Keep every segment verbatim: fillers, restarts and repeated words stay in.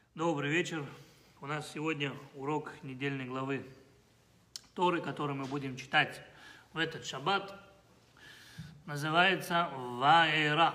Добрый вечер. У нас сегодня урок недельной главы Торы, который мы будем читать в этот шаббат. Называется Ваэра.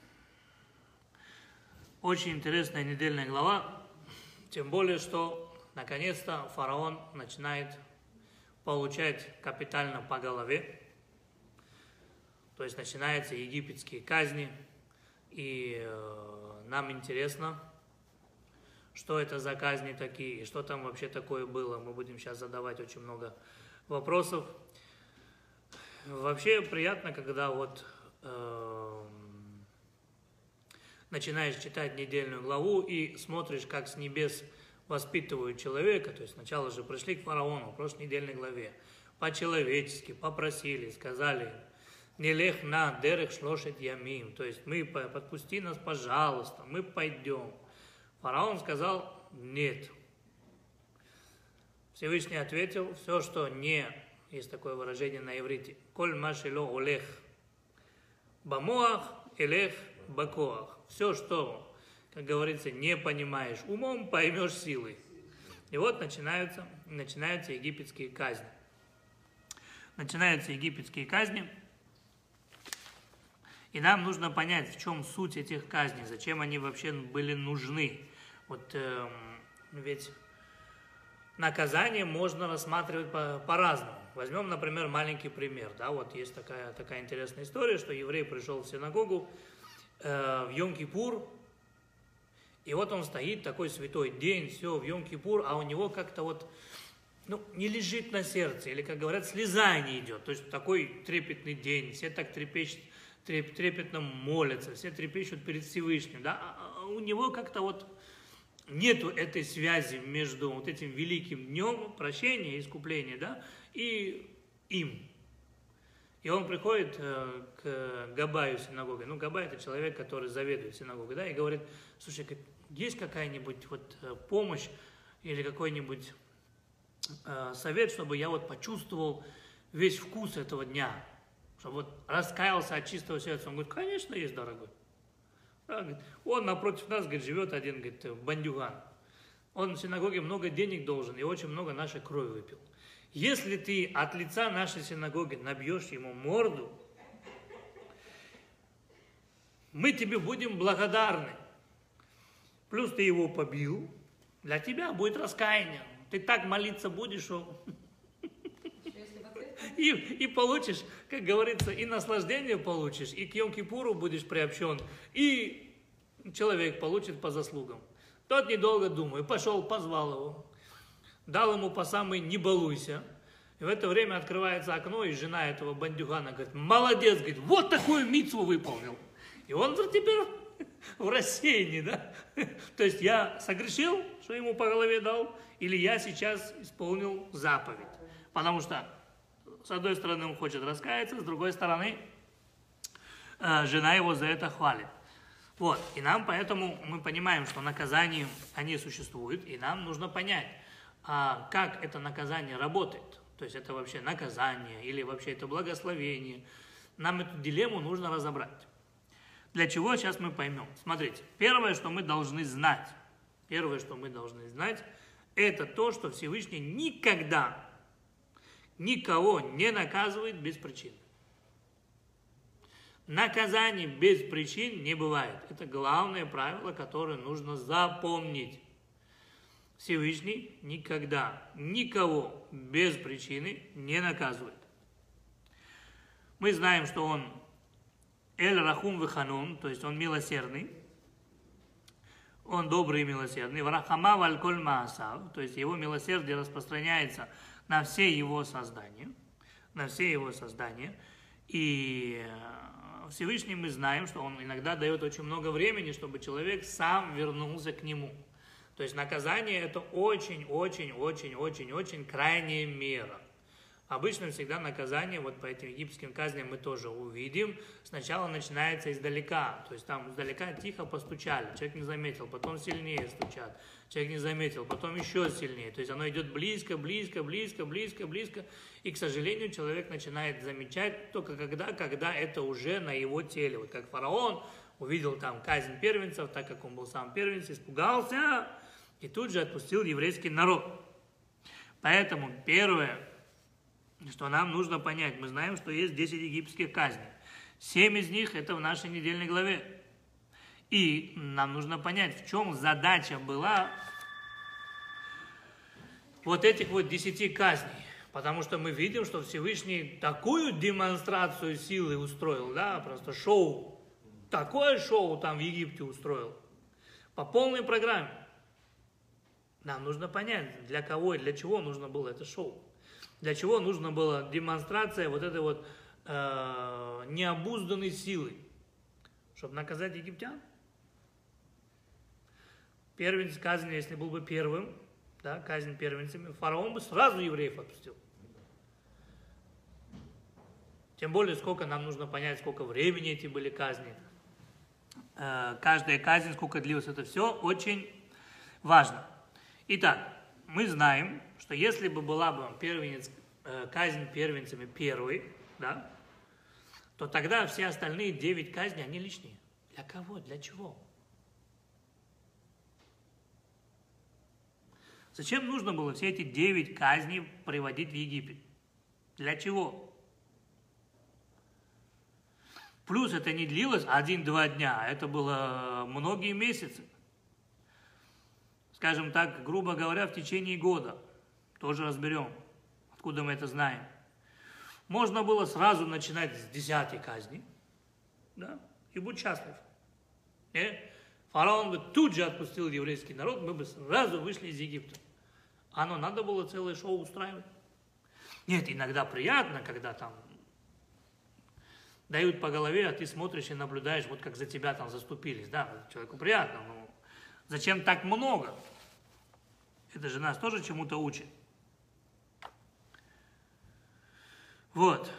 Очень интересная недельная глава, тем более, что наконец-то фараон начинает получать капитально по голове. То есть начинаются египетские казни, и э, нам интересно, что это за казни такие, и что там вообще такое было. Мы будем сейчас задавать очень много вопросов. Вообще приятно, когда вот э, начинаешь читать недельную главу и смотришь, как с небес воспитывают человека. То есть сначала же пришли к фараону в прошлой недельной главе, по-человечески попросили, сказали: «Не лех на дерех шлошет ямим», то есть мы, подпусти нас, пожалуйста, мы пойдем. Фараон сказал: нет. Всевышний ответил: все, что не, есть такое выражение на иврите, коль машило олех бамоах элех бакоах, все, что, как говорится, не понимаешь умом, поймешь силой. И вот начинаются, начинаются египетские казни. Начинаются египетские казни. И нам нужно понять, в чем суть этих казней, зачем они вообще были нужны. Вот э, ведь наказание можно рассматривать по- по-разному. Возьмем, например, маленький пример. Да, вот есть такая, такая интересная история, что еврей пришел в синагогу э, в Йом-Кипур, и вот он стоит, такой святой день, все, в Йом-Кипур, а у него как-то вот, ну, не лежит на сердце, или, как говорят, слеза не идет. То есть такой трепетный день, все так трепещут, трепетно молятся, все трепещут перед Всевышним, да, а у него как-то вот нету этой связи между вот этим великим днем прощения, искупления, да, и им. И он приходит э, к Габаю синагоги. Ну, Габай — это человек, который заведует синагогой, да, и говорит: слушай, есть какая-нибудь вот помощь или какой-нибудь э, совет, чтобы я вот почувствовал весь вкус этого дня, чтобы вот раскаялся от чистого сердца? Он говорит: конечно, есть, дорогой. Да, говорит, он напротив нас, говорит, живет один, говорит, бандюган. Он в синагоге много денег должен и очень много нашей крови выпил. Если ты от лица нашей синагоги набьешь ему морду, мы тебе будем благодарны. Плюс ты его побил, для тебя будет раскаяние. Ты так молиться будешь, что... И, и получишь, как говорится, и наслаждение получишь, и к Йом-Кипуру будешь приобщен, и человек получит по заслугам. Тот, недолго думая, пошел, позвал его, дал ему по самой «не балуйся». И в это время открывается окно, и жена этого бандюгана говорит: молодец, говорит, вот такую мицву выполнил. И он теперь в рассеянии, да? То есть я согрешил, что ему по голове дал, или я сейчас исполнил заповедь. Потому что с одной стороны, он хочет раскаяться, с другой стороны, жена его за это хвалит. Вот, и нам поэтому, мы понимаем, что наказания, они существуют, и нам нужно понять, как это наказание работает. То есть это вообще наказание, или вообще это благословение. Нам эту дилемму нужно разобрать. Для чего, сейчас мы поймем. Смотрите, первое, что мы должны знать, первое, что мы должны знать, это то, что Всевышний никогда никого не наказывает без причин. Наказаний без причин не бывает. Это главное правило, которое нужно запомнить. Всевышний никогда никого без причины не наказывает. Мы знаем, что он Эль Рахум Веханун, то есть он милосердный, он добрый и милосердный. Варахама валь коль маасав, то есть его милосердие распространяется на все его создания, на все его создания. И Всевышний, мы знаем, что он иногда дает очень много времени, чтобы человек сам вернулся к нему. То есть наказание — это очень-очень-очень-очень-очень крайняя мера. Обычно всегда наказание, вот по этим египетским казням мы тоже увидим, сначала начинается издалека, то есть там издалека тихо постучали, человек не заметил, потом сильнее стучат, человек не заметил, потом еще сильнее, то есть оно идет близко, близко, близко, близко, близко, и, к сожалению, человек начинает замечать только когда, когда это уже на его теле, вот как фараон, увидел там казнь первенцев, так как он был сам первенец, испугался и тут же отпустил еврейский народ. Поэтому первое, что нам нужно понять, мы знаем, что есть десять египетских казней. Семь из них это в нашей недельной главе. И нам нужно понять, в чем задача была вот этих вот десяти казней. Потому что мы видим, что Всевышний такую демонстрацию силы устроил, да, просто шоу. Такое шоу там в Египте устроил. По полной программе. Нам нужно понять, для кого и для чего нужно было это шоу. Для чего нужна была демонстрация вот этой вот э, необузданной силы. Чтобы наказать египтян. Первенец казнь, если был бы первым, да, казнь первенцами, фараон бы сразу евреев отпустил. Тем более, сколько нам нужно понять, сколько времени эти были казни. Э, каждая казнь, сколько длилась, это все очень важно. Итак, мы знаем, что если бы была бы первенец, э, казнь первенцами первой, да, то тогда все остальные девять казней, они лишние. Для кого? Для чего? Зачем нужно было все эти девять казней приводить в Египет? Для чего? Плюс это не длилось один-два дня, это было многие месяцы. Скажем так, грубо говоря, в течение года. Тоже разберем, откуда мы это знаем. Можно было сразу начинать с десятой казни, да, и будь счастлив. И фараон бы тут же отпустил еврейский народ, мы бы сразу вышли из Египта. Оно надо было целое шоу устраивать. Нет, иногда приятно, когда там дают по голове, а ты смотришь и наблюдаешь, вот как за тебя там заступились. Да, человеку приятно, но зачем так много? Это же нас тоже чему-то учит. Вот.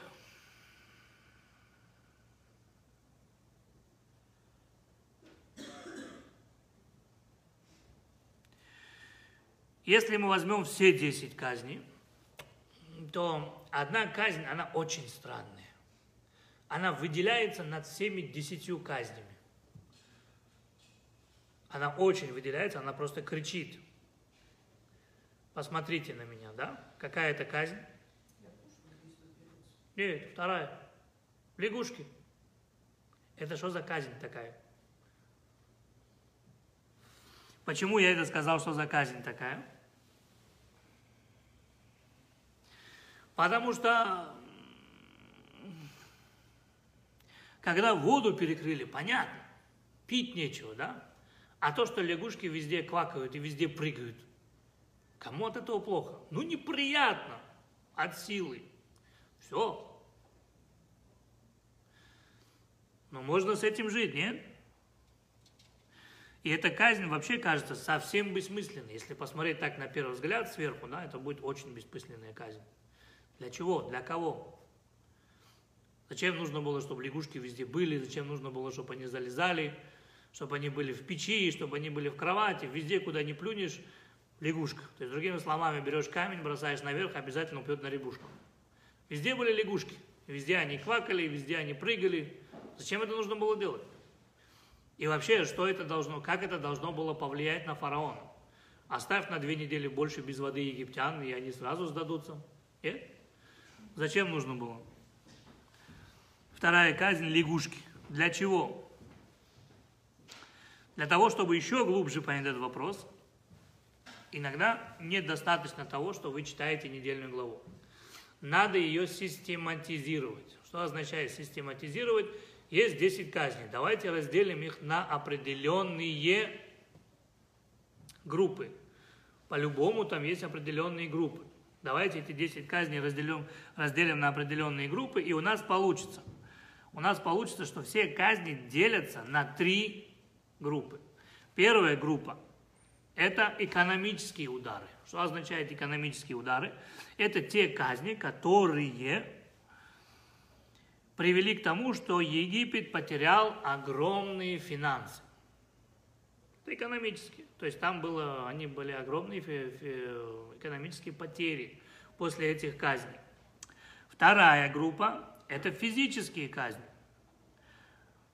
Если мы возьмем все десять казней, то одна казнь, она очень странная. Она выделяется над всеми десятью казнями. Она очень выделяется, она просто кричит. Посмотрите на меня, да? Какая это казнь? Нет, вторая. Лягушки. Это что за казнь такая? Почему я это сказал, что за казнь такая? Потому что, когда воду перекрыли, понятно, пить нечего, да? А то, что лягушки везде квакают и везде прыгают, кому от этого плохо? Ну, неприятно от силы. Все. Но можно с этим жить, нет? И эта казнь вообще кажется совсем бессмысленной. Если посмотреть так на первый взгляд сверху, да, это будет очень бессмысленная казнь. Для чего? Для кого? Зачем нужно было, чтобы лягушки везде были? Зачем нужно было, чтобы они залезали? Чтобы они были в печи, чтобы они были в кровати? Везде, куда ни плюнешь, лягушка. То есть, другими словами, берешь камень, бросаешь наверх, обязательно упадет на лягушку. Везде были лягушки. Везде они квакали, везде они прыгали. Зачем это нужно было делать? И вообще, что это должно, как это должно было повлиять на фараона? Оставь на две недели больше без воды египтян, и они сразу сдадутся. Нет? Зачем нужно было? Вторая казнь – лягушки. Для чего? Для того, чтобы еще глубже понять этот вопрос, иногда недостаточно того, что вы читаете недельную главу. Надо ее систематизировать. Что означает систематизировать? Есть десять казней. Давайте разделим их на определенные группы. По-любому там есть определенные группы. Давайте эти десять казней разделим, разделим на определенные группы, и у нас получится. У нас получится, что все казни делятся на три группы. Первая группа – это экономические удары. Что означает экономические удары? Это те казни, которые привели к тому, что Египет потерял огромные финансы. Это экономические. То есть там было, они были огромные экономические потери после этих казней. Вторая группа – это физические казни,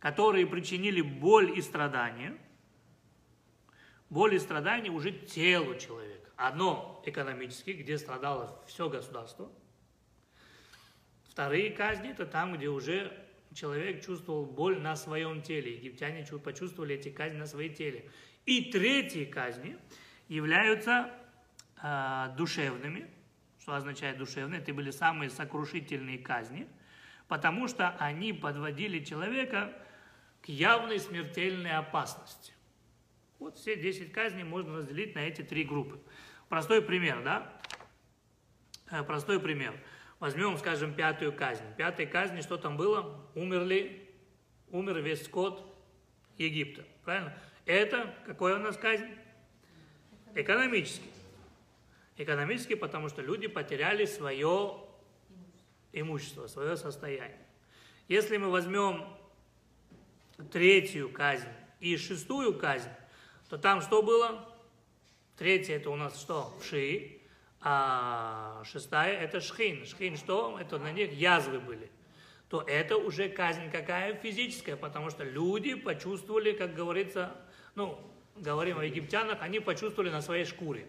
которые причинили боль и страдания. Боль и страдания уже телу человека. Одно экономически, где страдало все государство. Вторые казни – это там, где уже человек чувствовал боль на своем теле. Египтяне почувствовали эти казни на своем теле. И третьи казни являются э, душевными. Что означает душевные? Это были самые сокрушительные казни, потому что они подводили человека к явной смертельной опасности. Вот все десять казней можно разделить на эти три группы. Простой пример, да? Э, простой пример. Возьмем, скажем, пятую казнь. Пятой казни, что там было? Умерли, умер весь скот Египта. Правильно? Это какой у нас казнь? Экономический. Экономический, потому что люди потеряли свое имущество, свое состояние. Если мы возьмем третью казнь и шестую казнь, то там что было? Третья это у нас что? Вши. А шестая это шхин. Шхин что? Это на них язвы были. То это уже казнь какая? Физическая, потому что люди почувствовали, как говорится, ну, говорим о египтянах, они почувствовали на своей шкуре.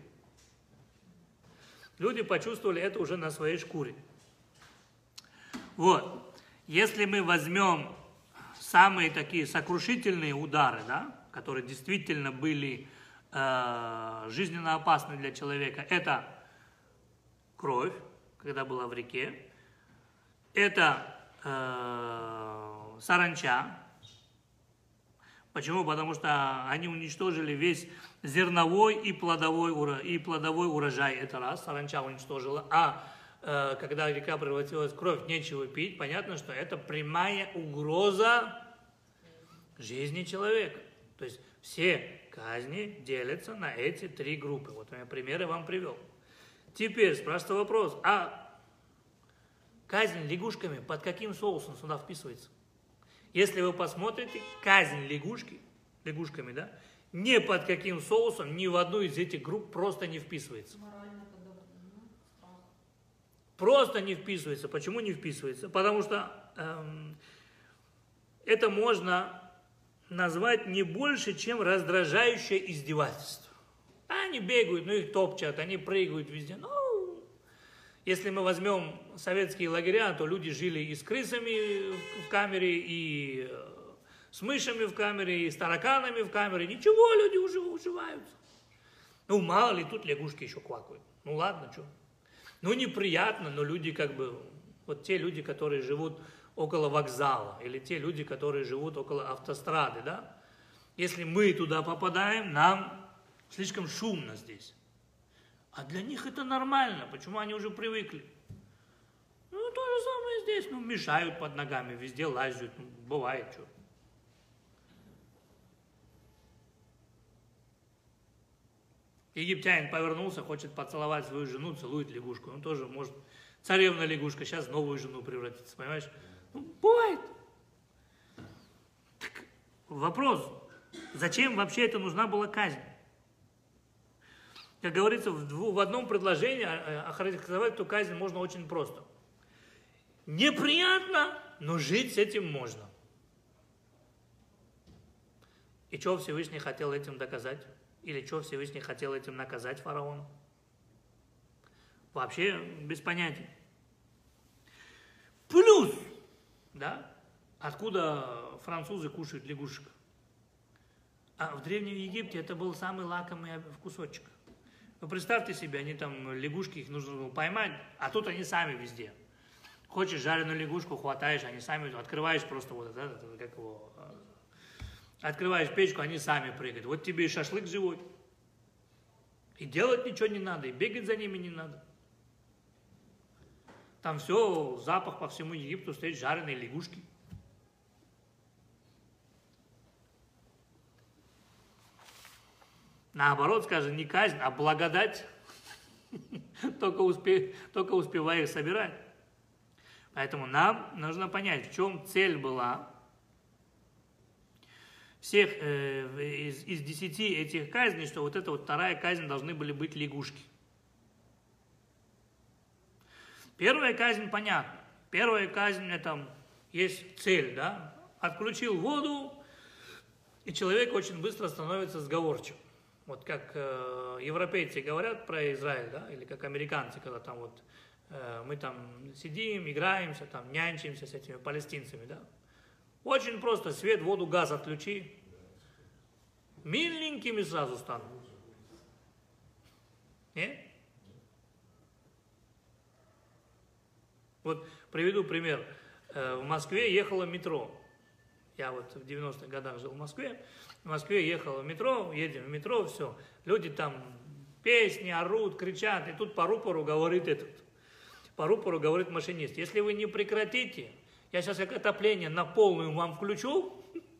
Люди почувствовали это уже на своей шкуре. Вот. Если мы возьмем самые такие сокрушительные удары, да, которые действительно были э, жизненно опасны для человека, это кровь, когда была в реке, это э, саранча. Почему? Потому что они уничтожили весь зерновой и плодовой, уро... и плодовой урожай. Это раз, саранча уничтожила. А э, когда река превратилась в кровь, нечего пить. Понятно, что это прямая угроза жизни человека. То есть все казни делятся на эти три группы. Вот я примеры вам привел. Теперь спрашивается вопрос, а казнь лягушками под каким соусом сюда вписывается? Если вы посмотрите, казнь лягушки, лягушками, да, ни под каким соусом ни в одну из этих групп просто не вписывается. Просто не вписывается. Почему не вписывается? Потому что эм, это можно назвать не больше, чем раздражающее издевательство. Они бегают, ну их топчат, они прыгают везде. Ну, если мы возьмем советские лагеря, то люди жили и с крысами в камере, и с мышами в камере, и с тараканами в камере. Ничего, люди уже уживаются. Ну, мало ли, тут лягушки еще квакают. Ну, ладно, что. Ну, неприятно, но люди как бы... Вот те люди, которые живут около вокзала, или те люди, которые живут около автострады, да? Если мы туда попадаем, нам слишком шумно здесь. А для них это нормально. Почему они уже привыкли? Ну, то же самое здесь. Ну, мешают под ногами, везде лазят. Ну, бывает, что. Египтянин повернулся, хочет поцеловать свою жену, целует лягушку. Он тоже может... Царевна лягушка сейчас в новую жену превратится, понимаешь? Ну, бывает. Так, вопрос. Зачем вообще это нужна была казнь? Как говорится, в, дву, в одном предложении охарактеризовать эту казнь можно очень просто. Неприятно, но жить с этим можно. И что Всевышний хотел этим доказать? Или что Всевышний хотел этим наказать фараона? Вообще без понятия. Плюс, да, откуда французы кушают лягушек? А в Древнем Египте это был самый лакомый кусочек. Вы представьте себе, они там, лягушки, их нужно было поймать, а тут они сами везде. Хочешь жареную лягушку, хватаешь, они сами, открываешь просто вот это, это как его, открываешь печку, они сами прыгают. Вот тебе и шашлык живой. И делать ничего не надо, и бегать за ними не надо. Там все, запах по всему Египту стоит, жареные лягушки. Наоборот, скажем, не казнь, а благодать. только, успе... только успевай их собирать. Поэтому нам нужно понять, в чем цель была всех э, из, из десяти этих казней, что вот эта вот вторая казнь должны были быть лягушки. Первая казнь понятна. Первая казнь, это есть цель, да? отключил воду, и человек очень быстро становится сговорчивым. Вот как э, европейцы говорят про Израиль, да, или как американцы, когда там вот э, мы там сидим, играемся, там нянчимся с этими палестинцами, да. Очень просто, свет, воду, газ отключи, миленькими сразу станут. Нет? Вот приведу пример. В Москве ехало метро. Я вот в девяностых годах жил в Москве. В Москве ехало метро, едем в метро, все. Люди там песни орут, кричат. И тут по рупору говорит этот. По рупору говорит машинист. Если вы не прекратите, я сейчас как отопление на полную вам включу,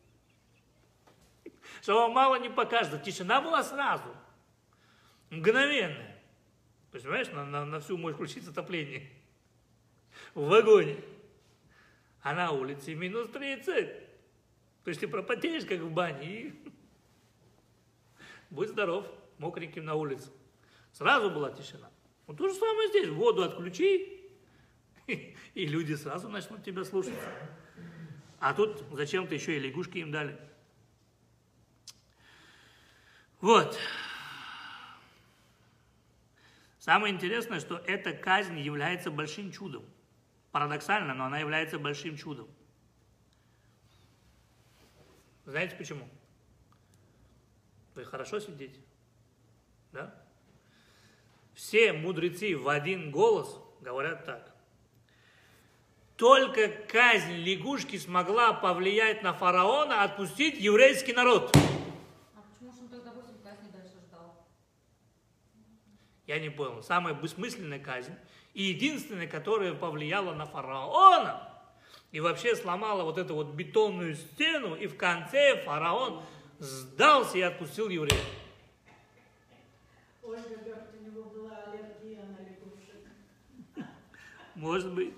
что вам мало не покажется. Тишина была сразу. Мгновенная. Понимаешь, на, на, на всю мощь включить отопление. В вагоне. А на улице минус тридцать. То есть ты пропотеешь, как в бане, и будь здоров, мокреньким на улице. Сразу была тишина. Вот то же самое здесь. Воду отключи, и люди сразу начнут тебя слушаться. А тут зачем-то еще и лягушки им дали. Вот. Самое интересное, что эта казнь является большим чудом. Парадоксально, но она является большим чудом. Знаете почему? Вы хорошо сидите? Да? Все мудрецы в один голос говорят так. Только казнь лягушки смогла повлиять на фараона отпустить еврейский народ. А почему же он тогда восемь казней дальше ждал? Я не понял. Самая бессмысленная казнь и единственная, которая повлияла на фараона и вообще сломала вот эту вот бетонную стену, и в конце фараон сдался и отпустил евреев. Ольга говорит, у него была аллергия на лягушек. Может быть.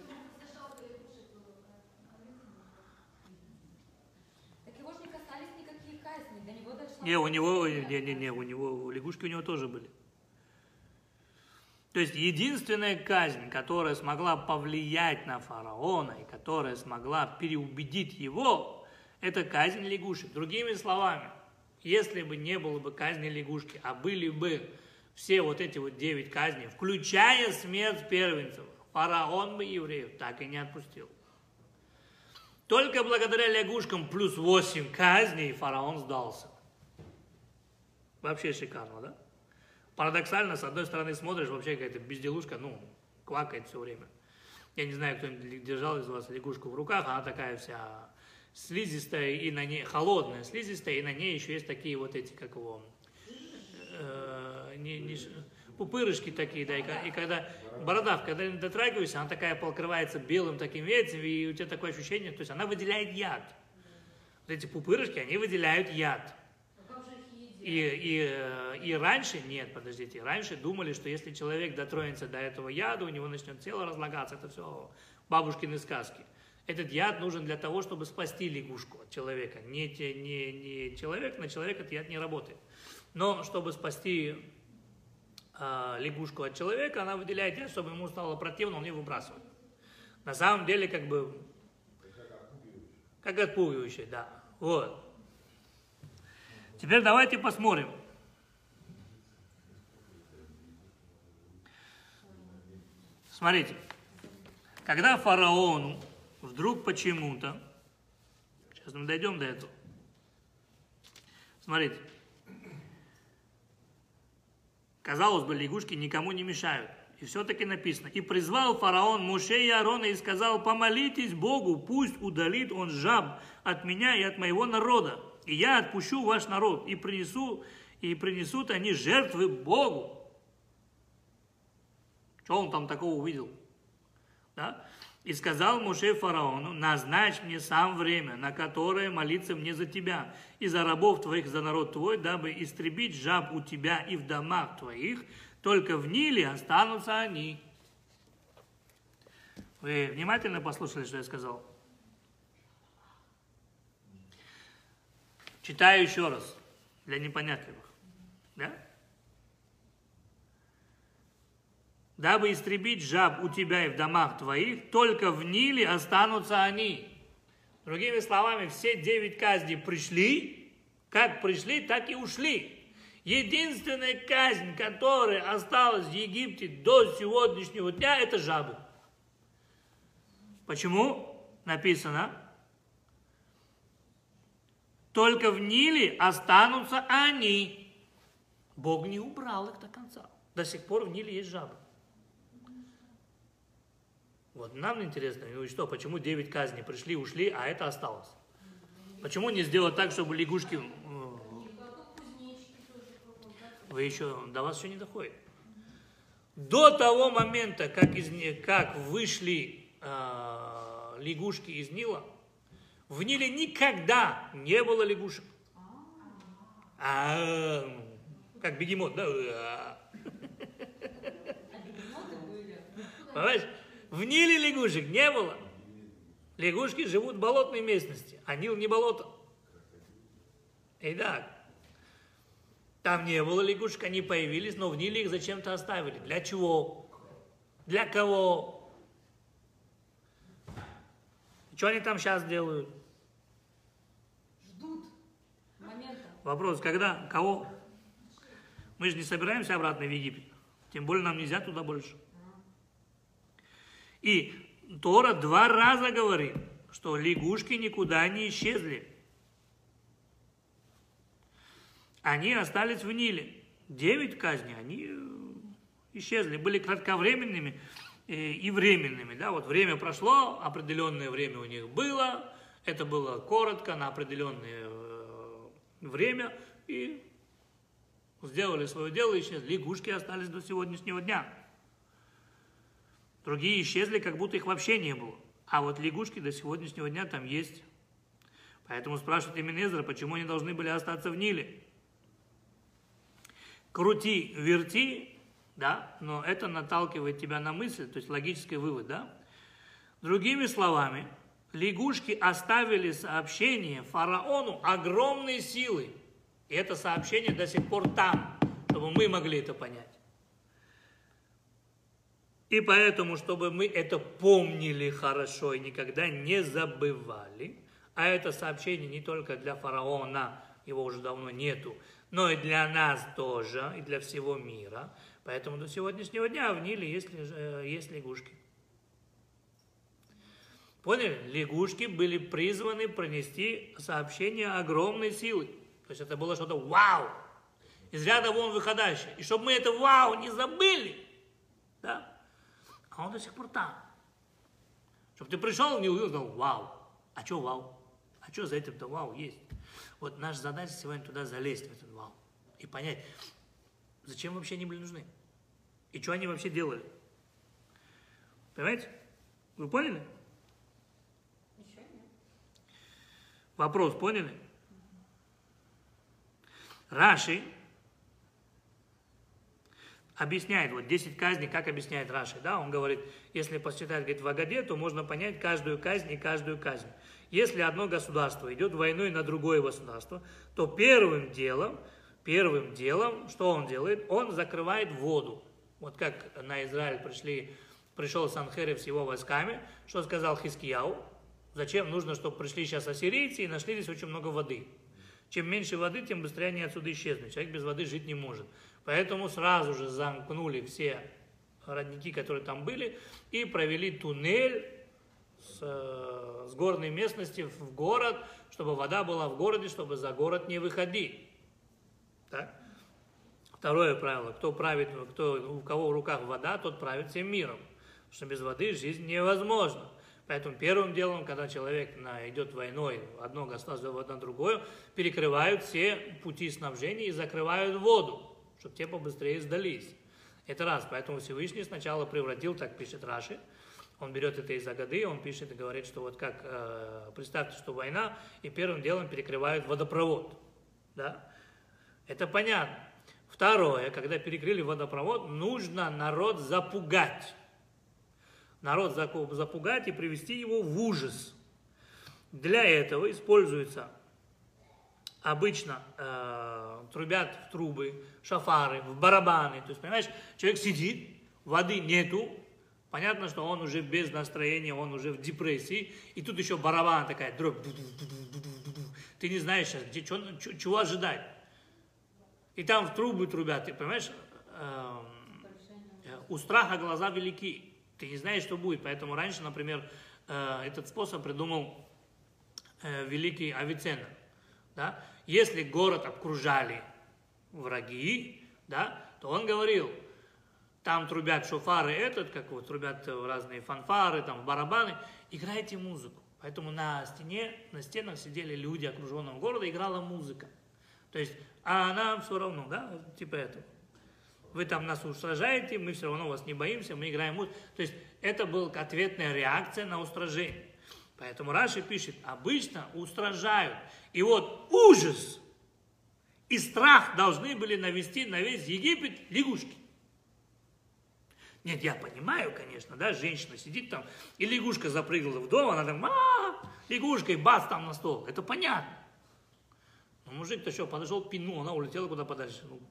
Так его же не касались никакие казни, до него дошла... Не, у него, не, не, не, у него, лягушки у него тоже были. То есть единственная казнь, которая смогла повлиять на фараона и которая смогла переубедить его, это казнь лягушек. Другими словами, если бы не было бы казни лягушки, а были бы все вот эти вот девять казней, включая смерть первенцев, фараон бы евреев так и не отпустил. Только благодаря лягушкам плюс восемь казней фараон сдался. Вообще шикарно, да? Парадоксально, с одной стороны, смотришь, вообще какая-то безделушка, ну, квакает все время. Я не знаю, кто-нибудь держал из вас лягушку в руках, она такая вся слизистая и на ней, холодная, слизистая, и на ней еще есть такие вот эти, как его, э, не, не, пупырышки такие, да, и, и когда, бородавка, когда не дотрагиваешься, она такая покрывается белым таким вецем, и у тебя такое ощущение, то есть она выделяет яд. Вот эти пупырышки, они выделяют яд. И, и, и раньше, нет, подождите, раньше думали, что если человек дотронется до этого яда, у него начнет тело разлагаться. Это все бабушкины сказки. Этот яд нужен для того, чтобы спасти лягушку от человека. Не, не, не человек, на человека этот яд не работает. Но чтобы спасти э, лягушку от человека, она выделяет яд, чтобы ему стало противно, он ее выбрасывает. На самом деле, как бы, как отпугивающий, да. Вот. Теперь давайте посмотрим. Смотрите, когда фараону вдруг почему-то, сейчас мы дойдем до этого, смотрите, казалось бы, лягушки никому не мешают. И все-таки написано, и призвал фараон Моше и Аарона и сказал, помолитесь Богу, пусть удалит он жаб от меня и от моего народа. И я отпущу ваш народ, и, принесу, и принесут они жертвы Богу. Что он там такого увидел? Да? И сказал Моше фараону, назначь мне сам время, на которое молиться мне за тебя, и за рабов твоих, за народ твой, дабы истребить жаб у тебя и в домах твоих, только в Ниле останутся они. Вы внимательно послушали, что я сказал? Читаю еще раз, для непонятливых. Да? Дабы истребить жаб у тебя и в домах твоих, только в Ниле останутся они. Другими словами, все девять казней пришли, как пришли, так и ушли. Единственная казнь, которая осталась в Египте до сегодняшнего дня, это жабы. Почему? Написано, только в Ниле останутся они. Бог не убрал их до конца. До сих пор в Ниле есть жабы. Вот нам интересно, ну и что, почему девять казней пришли, ушли, а это осталось? Почему не сделать так, чтобы лягушки... Вы еще, до вас еще не доходит. До того момента, как, из, как вышли э, лягушки из Нила, в Ниле никогда не было лягушек. А, как бегемот, да? Понимаешь? В Ниле лягушек не было. Лягушки живут в болотной местности, а Нил не болото. Итак, там не было лягушек, они появились, но в Ниле их зачем-то оставили. Для чего? Для кого? Что они там сейчас делают? Ждут момента. Вопрос, когда? Кого? Мы же не собираемся обратно в Египет. Тем более нам нельзя туда больше. И Тора два раза говорит, что лягушки никуда не исчезли. Они остались в Ниле. Девять казней, они исчезли. Были кратковременными и временными. Да? Вот время прошло, определенное время у них было. Это было коротко, на определенное время. И сделали свое дело, и исчезли. Лягушки остались до сегодняшнего дня. Другие исчезли, как будто их вообще не было. А вот лягушки до сегодняшнего дня там есть. Поэтому спрашивает Ибн Эзра, почему они должны были остаться в Ниле. Крути, верти, да, но это наталкивает тебя на мысль, то есть логический вывод, да. Другими словами, лягушки оставили сообщение фараону огромной силы. И это сообщение до сих пор там, чтобы мы могли это понять. И поэтому, чтобы мы это помнили хорошо и никогда не забывали, а это сообщение не только для фараона, его уже давно нету, но и для нас тоже, и для всего мира. Поэтому до сегодняшнего дня в Ниле есть, есть лягушки. Поняли? Лягушки были призваны пронести сообщение огромной силы. То есть это было что-то вау, из ряда вон выходящее. И чтобы мы это вау не забыли, да? А он до сих пор там. Чтобы ты пришел и не увидел, сказал, вау. А что вау? А что за этим-то вау есть? Вот наша задача сегодня туда залезть, в этот вау. И понять, зачем вообще они были нужны? И что они вообще делали? Понимаете? Вы поняли? Еще нет. Вопрос поняли? Раши объясняет, вот десять казней, как объясняет Раши, да, он говорит, если посчитать, говорит, в Агаде, то можно понять каждую казнь и каждую казнь. Если одно государство идет войной на другое государство, то первым делом, первым делом, что он делает? Он закрывает воду. Вот как на Израиль пришли, пришел Санхериб с его войсками, что сказал Хискияу? Зачем нужно, чтобы пришли сейчас ассирийцы и нашли здесь очень много воды? Чем меньше воды, тем быстрее они отсюда исчезнут. Человек без воды жить не может. Поэтому сразу же замкнули все родники, которые там были, и провели туннель с, с горной местности в город, чтобы вода была в городе, чтобы за город не выходить. Так? Второе правило. Кто правит, кто, у кого в руках вода, тот правит всем миром. Потому что без воды жизнь невозможна. Поэтому первым делом, когда человек идет войной, одно государство на другое, перекрывают все пути снабжения и закрывают воду, чтобы те побыстрее сдались. Это раз. Поэтому Всевышний сначала превратил, так пишет Раши, он берет это из Агады, он пишет и говорит, что вот как, э, представьте, что война, и первым делом перекрывают водопровод. Да? Это понятно. Второе, когда перекрыли водопровод, нужно народ запугать. Народ запугать и привести его в ужас. Для этого используется обычно э, трубят в трубы, шафары, в барабаны. То есть, понимаешь, человек сидит, воды нету, Понятно, что он уже без настроения, он уже в депрессии, и тут еще барабан такая, дробь. Ты не знаешь сейчас, где, что, чего ожидать. И там в трубы трубят, ты понимаешь, э, э, у страха глаза велики, ты не знаешь, что будет. Поэтому раньше, например, э, этот способ придумал э, великий Авиценна. Да? Если город обкружали враги, да, то он говорил, там трубят шофары, этот, как вот трубят разные фанфары, там барабаны, играйте музыку. Поэтому на стене, на стенах сидели люди окруженного города, играла музыка. То есть, а нам все равно, да, вот типа этого. Вы там нас устражаете, мы все равно вас не боимся, мы играем музыку. То есть, это была ответная реакция на устражение. Поэтому Раши пишет, обычно устражают. И вот ужас и страх должны были навести на весь Египет лягушки. Нет, я понимаю, конечно, да, женщина сидит там, и лягушка запрыгнула в дом, она там, а, лягушка, и бац, там на стол. Это понятно. Но мужик-то что, подошел, пинул, она улетела куда подальше. Ну,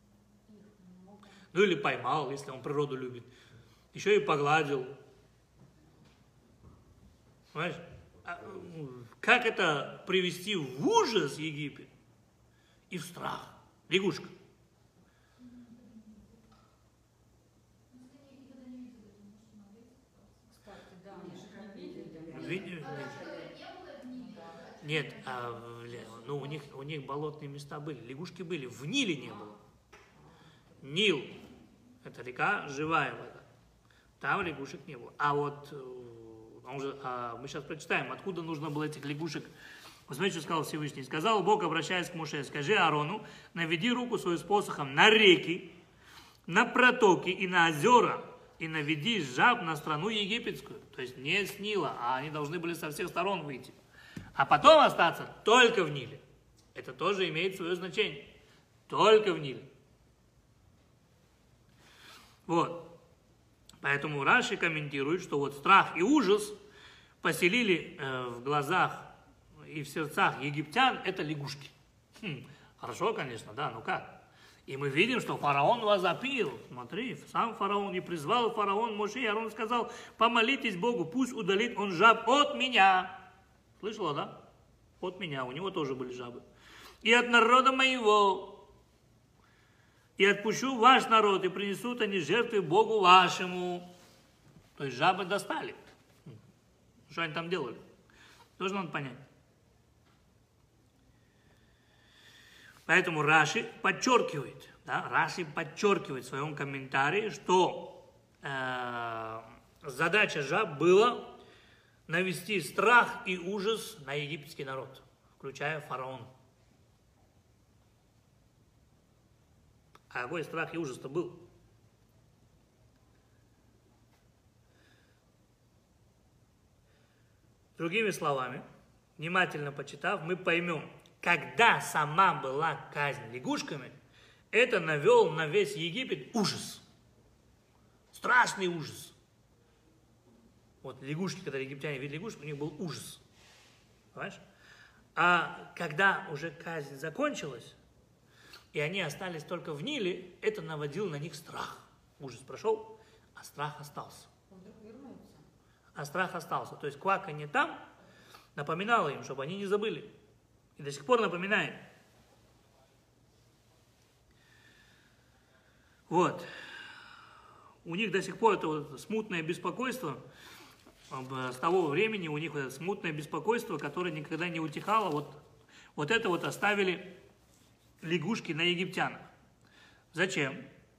ну или поймал, если он природу любит. Еще и погладил. Понимаешь? А, как это привести в ужас Египет и в страх? Лягушка. Нет, а, ну у них, у них болотные места были, лягушки были, в Ниле не было. Нил, это река, живая вода, там лягушек не было. А вот он же, а мы сейчас прочитаем, откуда нужно было этих лягушек. Посмотрите, что сказал Всевышний. Сказал Бог, обращаясь к Моше, скажи Аарону, наведи руку свою с посохом на реки, на протоки и на озера, и наведи жаб на страну египетскую. То есть не с Нила, а они должны были со всех сторон выйти. А потом остаться только в Ниле. Это тоже имеет свое значение. Только в Ниле. Вот. Поэтому Раши комментирует, что вот страх и ужас поселили э, в глазах и в сердцах египтян это лягушки. Хм, хорошо, конечно, да, ну как? И мы видим, что фараон возопил. Смотри, сам фараон, и призвал фараон Моше, и Аарон сказал, помолитесь Богу, пусть удалит он жаб от меня. Слышала, да? От меня, у него тоже были жабы. И от народа моего. И отпущу ваш народ, и принесут они жертвы Богу вашему. То есть жабы достали. Что они там делали? Тоже надо понять. Поэтому Раши подчеркивает, да, Раши подчеркивает в своем комментарии, что э, задача жаб была навести страх и ужас на египетский народ, включая фараона. А какой страх и ужас-то был? Другими словами, внимательно почитав, мы поймем, когда сама была казнь лягушками, это навел на весь Египет ужас. Страшный ужас. Вот лягушки, когда египтяне видели лягушек, у них был ужас. Понимаешь? А когда уже казнь закончилась, и они остались только в Ниле, это наводило на них страх. Ужас прошел, а страх остался. А страх остался. То есть кваканье там напоминало им, чтобы они не забыли. И до сих пор напоминает. Вот. У них до сих пор это вот смутное беспокойство, с того времени у них это смутное беспокойство, которое никогда не утихало. Вот, вот это вот оставили лягушки на египтян. Зачем?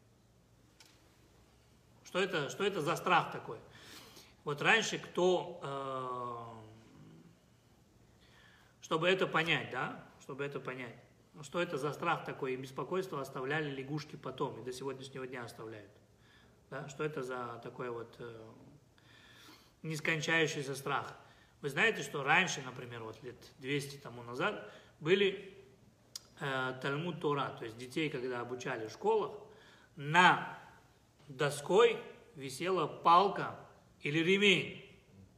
Что это, что это за страх такой? Вот раньше кто, э, чтобы это понять, да, чтобы это понять, что это за страх такой и беспокойство оставляли лягушки потом, и до сегодняшнего дня оставляют. Да? Что это за такой вот э, нескончающийся страх? Вы знаете, что раньше, например, вот лет двести тому назад, были э, Талмуд Тора, то есть детей, когда обучали в школах, на доской висела палка или ремень.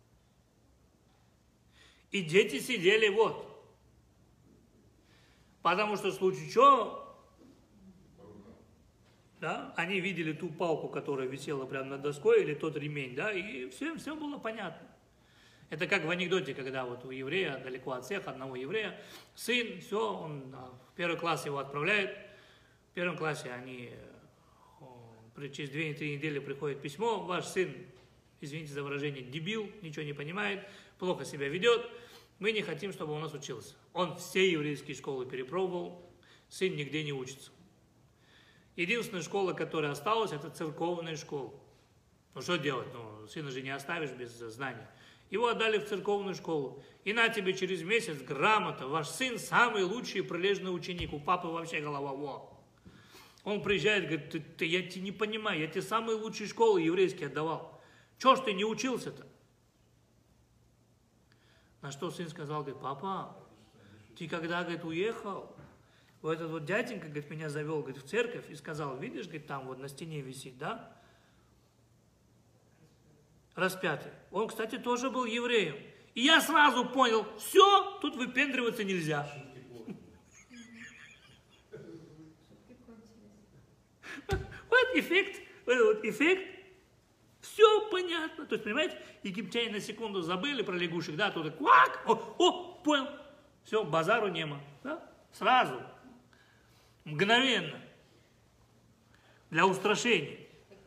И дети сидели вот. Потому что в случае чего да, они видели ту палку, которая висела прямо над доской, или тот ремень, да, и всем, всем было понятно. Это как в анекдоте, когда вот у еврея, далеко от всех, одного еврея, сын, все, он в первый класс его отправляет, в первом классе они, через две-три недели приходит письмо, ваш сын, извините за выражение, дебил, ничего не понимает, плохо себя ведет, мы не хотим, чтобы он у нас учился. Он все еврейские школы перепробовал, сын нигде не учится. Единственная школа, которая осталась, это церковная школа. Ну что делать? Ну, сына же не оставишь без знаний. Его отдали в церковную школу. И на тебе через месяц грамота. Ваш сын самый лучший и прилежный ученик. У папы вообще голова во. Он приезжает, говорит, ты, ты, я тебя не понимаю, я тебе самые лучшие школы еврейские отдавал. Чего ж ты не учился-то? На что сын сказал, говорит, папа, ты когда, говорит, уехал, вот этот вот дяденька, говорит, меня завел, говорит, в церковь и сказал, видишь, говорит, там вот на стене висит, да? Распятый. Он, кстати, тоже был евреем. И я сразу понял, все, тут выпендриваться нельзя. Вот эффект, вот эффект. Все понятно. То есть, понимаете, египтяне на секунду забыли про лягушек, да, тут квак, о, о, понял. Все, базару нема. Да? Сразу. Мгновенно. Для устрашения.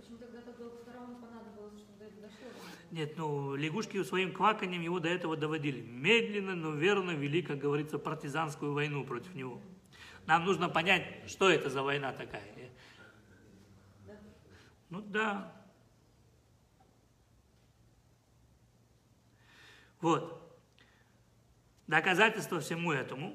Нет, ну, лягушки своим кваканием его до этого доводили. Медленно, но верно вели, как говорится, партизанскую войну против него. Нам нужно понять, что это за война такая. Ну да. Вот. Доказательство всему этому.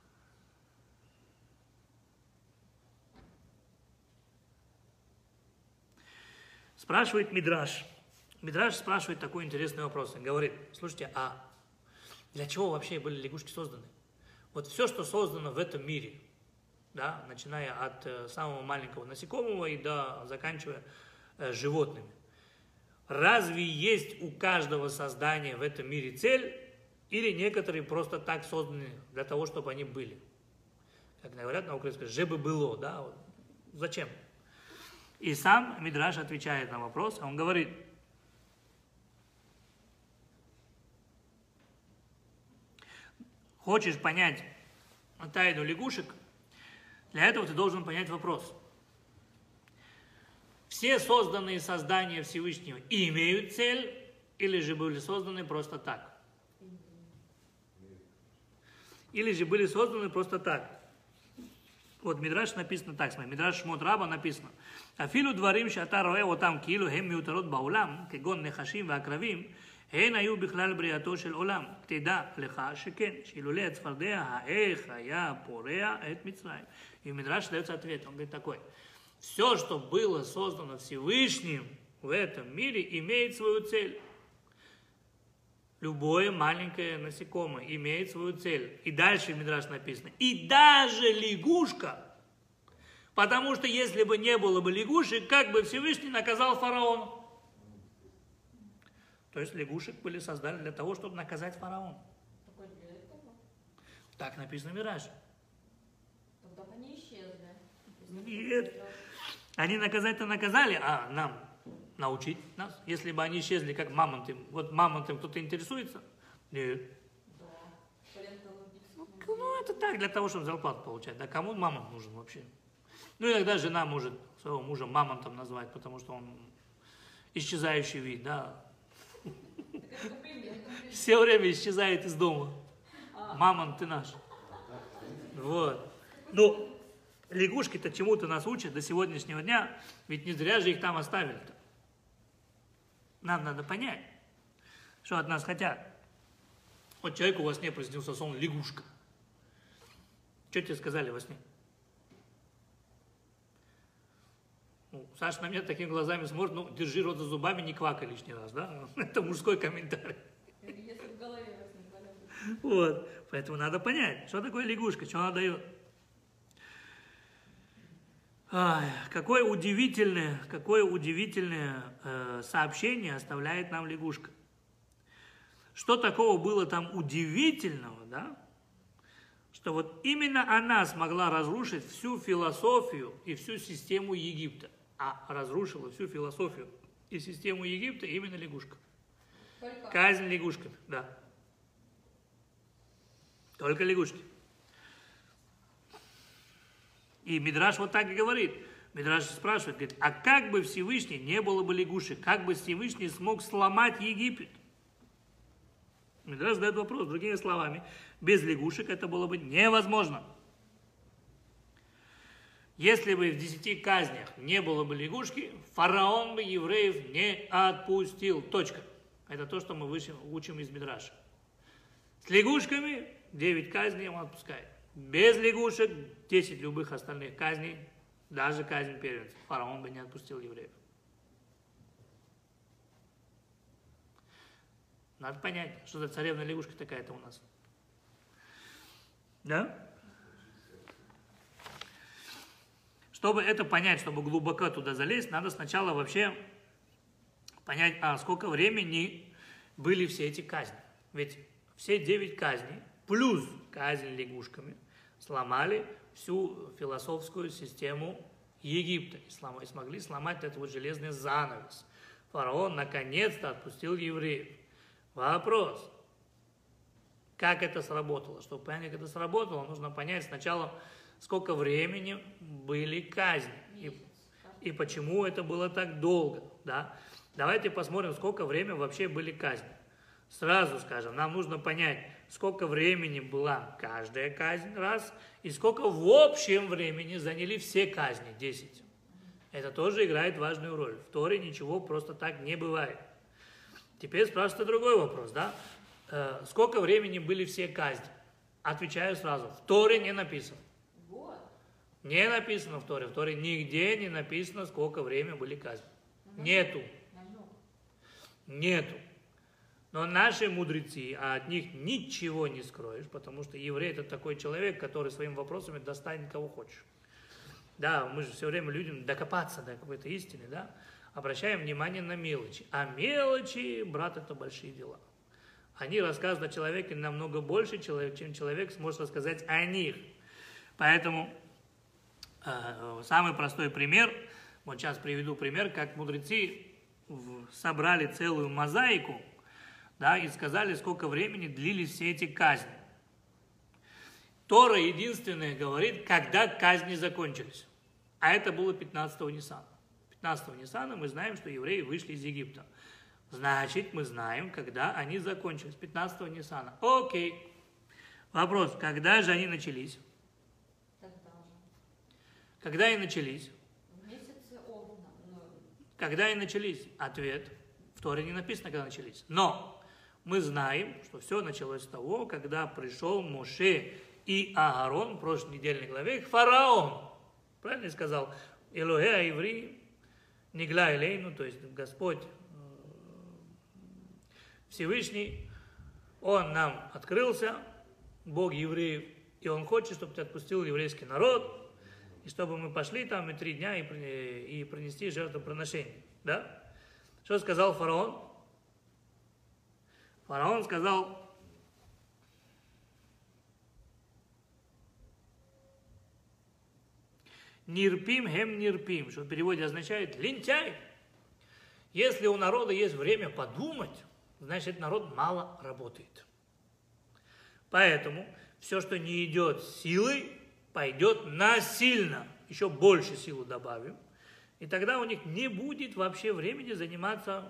Спрашивает Мидраш. Мидраш спрашивает такой интересный вопрос. Он говорит, слушайте, а для чего вообще были лягушки созданы? Вот все, что создано в этом мире, да, начиная от э, самого маленького насекомого и до заканчивая э, животными. Разве есть у каждого создания в этом мире цель, или некоторые просто так созданы для того, чтобы они были? Как говорят на украинском, «же бы было», да, вот. Зачем? И сам Мидраш отвечает на вопрос, он говорит, хочешь понять тайну лягушек, для этого ты должен понять вопрос. Все созданные создания Всевышнего имеют цель, или же были созданы просто так? Или же были созданы просто так? Вот Мидраш написано так, смотри, Мидраш Шмот Раба написано, «Афилу дварим шата роэ отам киилу хем миутарот баулам, кегон нехашим ваакравим, הן היו בכלל בריאתו של עולם, תדע לך שכן, שאילולא הצפרדע, האיך היה פורע את מצרים. И Мидраш дается ответ, он говорит такой, все, что было создано Всевышним в этом мире, имеет свою цель. Любое маленькое насекомое имеет свою цель. И дальше в Мидраш написано, и даже лягушка, потому что если бы не было бы лягушек, как бы Всевышний наказал фараона? То есть лягушек были созданы для того, чтобы наказать фараона. Так написано в Мидраше. Тогда бы они исчезли. Нет. Они наказать-то наказали, а нам научить нас. Если бы они исчезли, как мамонты. Вот мамонтом кто-то интересуется? Нет. Да. Ну, ну, это так, для того, чтобы зарплату получать. Да кому мамонт нужен вообще? Ну, иногда жена может своего мужа мамонтом назвать, потому что он исчезающий вид, да. Все время исчезает из дома. Мамонт ты наш. Вот. Ну, лягушки-то чему-то нас учат до сегодняшнего дня, ведь не зря же их там оставили-то. Нам надо понять, что от нас хотят. Вот человек у вас не приснился сон лягушка. Что тебе сказали во сне? Ну, Саша на меня такими глазами смотрит, ну, держи рот за зубами, не квакай лишний раз, да? Это мужской комментарий. Если в голове вас не болит. Вот, поэтому надо понять, что такое лягушка, что она дает. Ай, какое удивительное, какое удивительное э, сообщение оставляет нам лягушка. Что такого было там удивительного, да? что вот именно она смогла разрушить всю философию и всю систему Египта. А разрушила всю философию и систему Египта именно лягушка. Только... Казнь лягушками, да. Только лягушки. И Мидраш вот так и говорит. Мидраш спрашивает, говорит, а как бы Всевышний не было бы лягушек, как бы Всевышний смог сломать Египет? Мидраш задает вопрос, другими словами, без лягушек это было бы невозможно. Если бы в десяти казнях не было бы лягушки, фараон бы евреев не отпустил. Точка. Это то, что мы учим из Мидраша. С лягушками девять казней он отпускает. Без лягушек десять любых остальных казней, даже казнь первенцев, фараон бы не отпустил евреев. Надо понять, что за царевна лягушка такая-то у нас. Да? Чтобы это понять, чтобы глубоко туда залезть, надо сначала вообще понять, а сколько времени были все эти казни. Ведь все девять казней, плюс казнь лягушками, сломали всю философскую систему Египта. И смогли сломать этот вот железный занавес. Фараон наконец-то отпустил евреев. Вопрос. Как это сработало? Чтобы понять, как это сработало, нужно понять сначала, сколько времени были казни. И, и почему это было так долго. Да? Давайте посмотрим, сколько времени вообще были казни. Сразу скажем, нам нужно понять, сколько времени была каждая казнь, раз, и сколько в общем времени заняли все казни, десять. Это тоже играет важную роль. В Торе ничего просто так не бывает. Теперь спрашивается другой вопрос, да? Э, сколько времени были все казни? Отвечаю сразу, в Торе не написано. Вот. Не написано в Торе. В Торе нигде не написано, сколько времени были казни. Нету. Нету. Но наши мудрецы, а от них ничего не скроешь, потому что еврей это такой человек, который своими вопросами достанет кого хочешь. Да, мы же все время людям докопаться до какой-то истины, да, обращаем внимание на мелочи. А мелочи, брат, это большие дела. Они рассказывают о человеке намного больше, чем человек сможет рассказать о них. Поэтому э, самый простой пример, вот сейчас приведу пример, как мудрецы собрали целую мозаику, да, и сказали, сколько времени длились все эти казни. Тора единственное говорит, когда казни закончились. А это было пятнадцатого Ниссана. пятнадцатого Ниссана мы знаем, что евреи вышли из Египта. Значит, мы знаем, когда они закончились. пятнадцатого Ниссана. Окей. Вопрос, когда же они начались? Тогда же. Когда они начались? В месяце Овна. Но... Когда они начались? Ответ. В Торе не написано, когда начались. Но мы знаем, что все началось с того, когда пришел Моше и Аарон в прошлой недельной главе к фараону. Правильно я сказал? Элоэ аиври нигла элейну, то есть Господь Всевышний, Он нам открылся, Бог евреев, и Он хочет, чтобы ты отпустил еврейский народ, и чтобы мы пошли там и три дня и, и принести жертвоприношение. Да? Что сказал фараон? Фараон сказал, нирпим хем нирпим, что в переводе означает лентяй. Если у народа есть время подумать, значит народ мало работает. Поэтому все, что не идет силой, пойдет насильно. Еще больше силы добавим. И тогда у них не будет вообще времени заниматься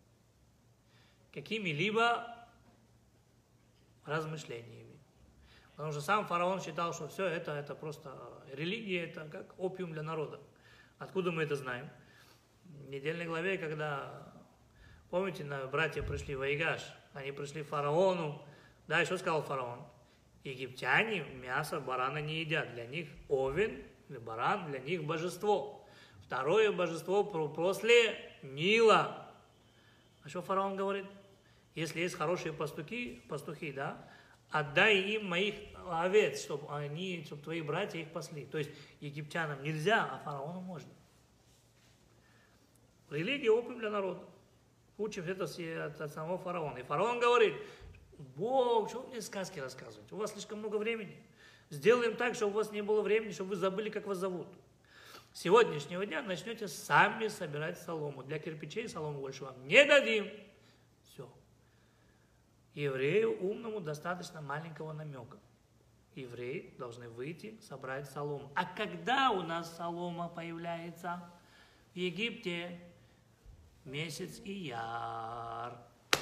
какими-либо размышлениями. Потому что сам фараон считал, что все это, это просто религия, это как опиум для народа. Откуда мы это знаем? В недельной главе, когда, помните, братья пришли в Аигаш, они пришли к фараону, да, и что сказал фараон? Египтяне мясо барана не едят, для них овен или баран, для них божество. Второе божество после Нила. А что фараон говорит? Если есть хорошие пастухи, пастухи, да, отдай им моих овец, чтобы они, чтобы твои братья их пасли. То есть египтянам нельзя, а фараону можно. Религия опиум для народа. Учим это от, от самого фараона. И фараон говорит, Бог, что вы мне сказки рассказываете? У вас слишком много времени. Сделаем так, чтобы у вас не было времени, чтобы вы забыли, как вас зовут. С сегодняшнего дня начнете сами собирать солому. Для кирпичей солому больше вам не дадим. Все. Еврею умному достаточно маленького намека. Евреи должны выйти, собрать солому. А когда у нас солома появляется? В Египте месяц Ияр.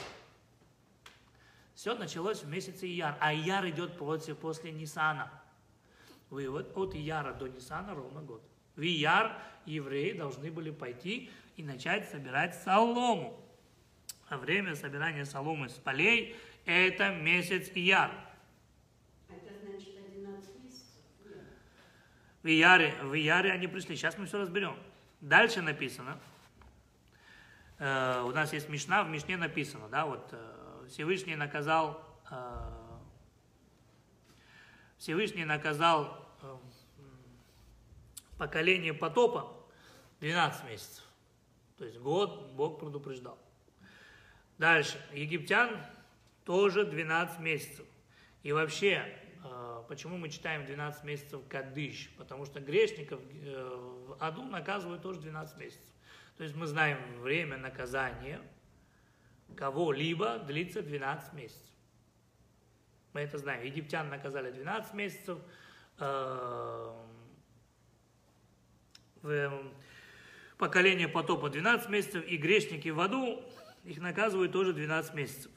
Все началось в месяце Ияр. А Ияр идет против, после Нисана. Вывод: от Ияра до Нисана ровно год. В Ияр евреи должны были пойти и начать собирать солому. А время собирания соломы с полей – это месяц Ияр. Это значит одиннадцать месяцев? В Ияре, в Ияре они пришли. Сейчас мы все разберем. Дальше написано. Э, у нас есть Мишна, в Мишне написано, да, вот э, Всевышний наказал, э, Всевышний наказал э, поколение потопа двенадцать месяцев. То есть год Бог предупреждал. Дальше. Египтян тоже двенадцать месяцев. И вообще, э, почему мы читаем двенадцать месяцев Кадыш? Потому что грешников э, в аду наказывают тоже двенадцать месяцев. То есть мы знаем, время наказания кого-либо длится двенадцать месяцев. Мы это знаем. Египтян наказали двенадцать месяцев. Э, в поколение потопа двенадцать месяцев. И грешники в аду, их наказывают тоже двенадцать месяцев.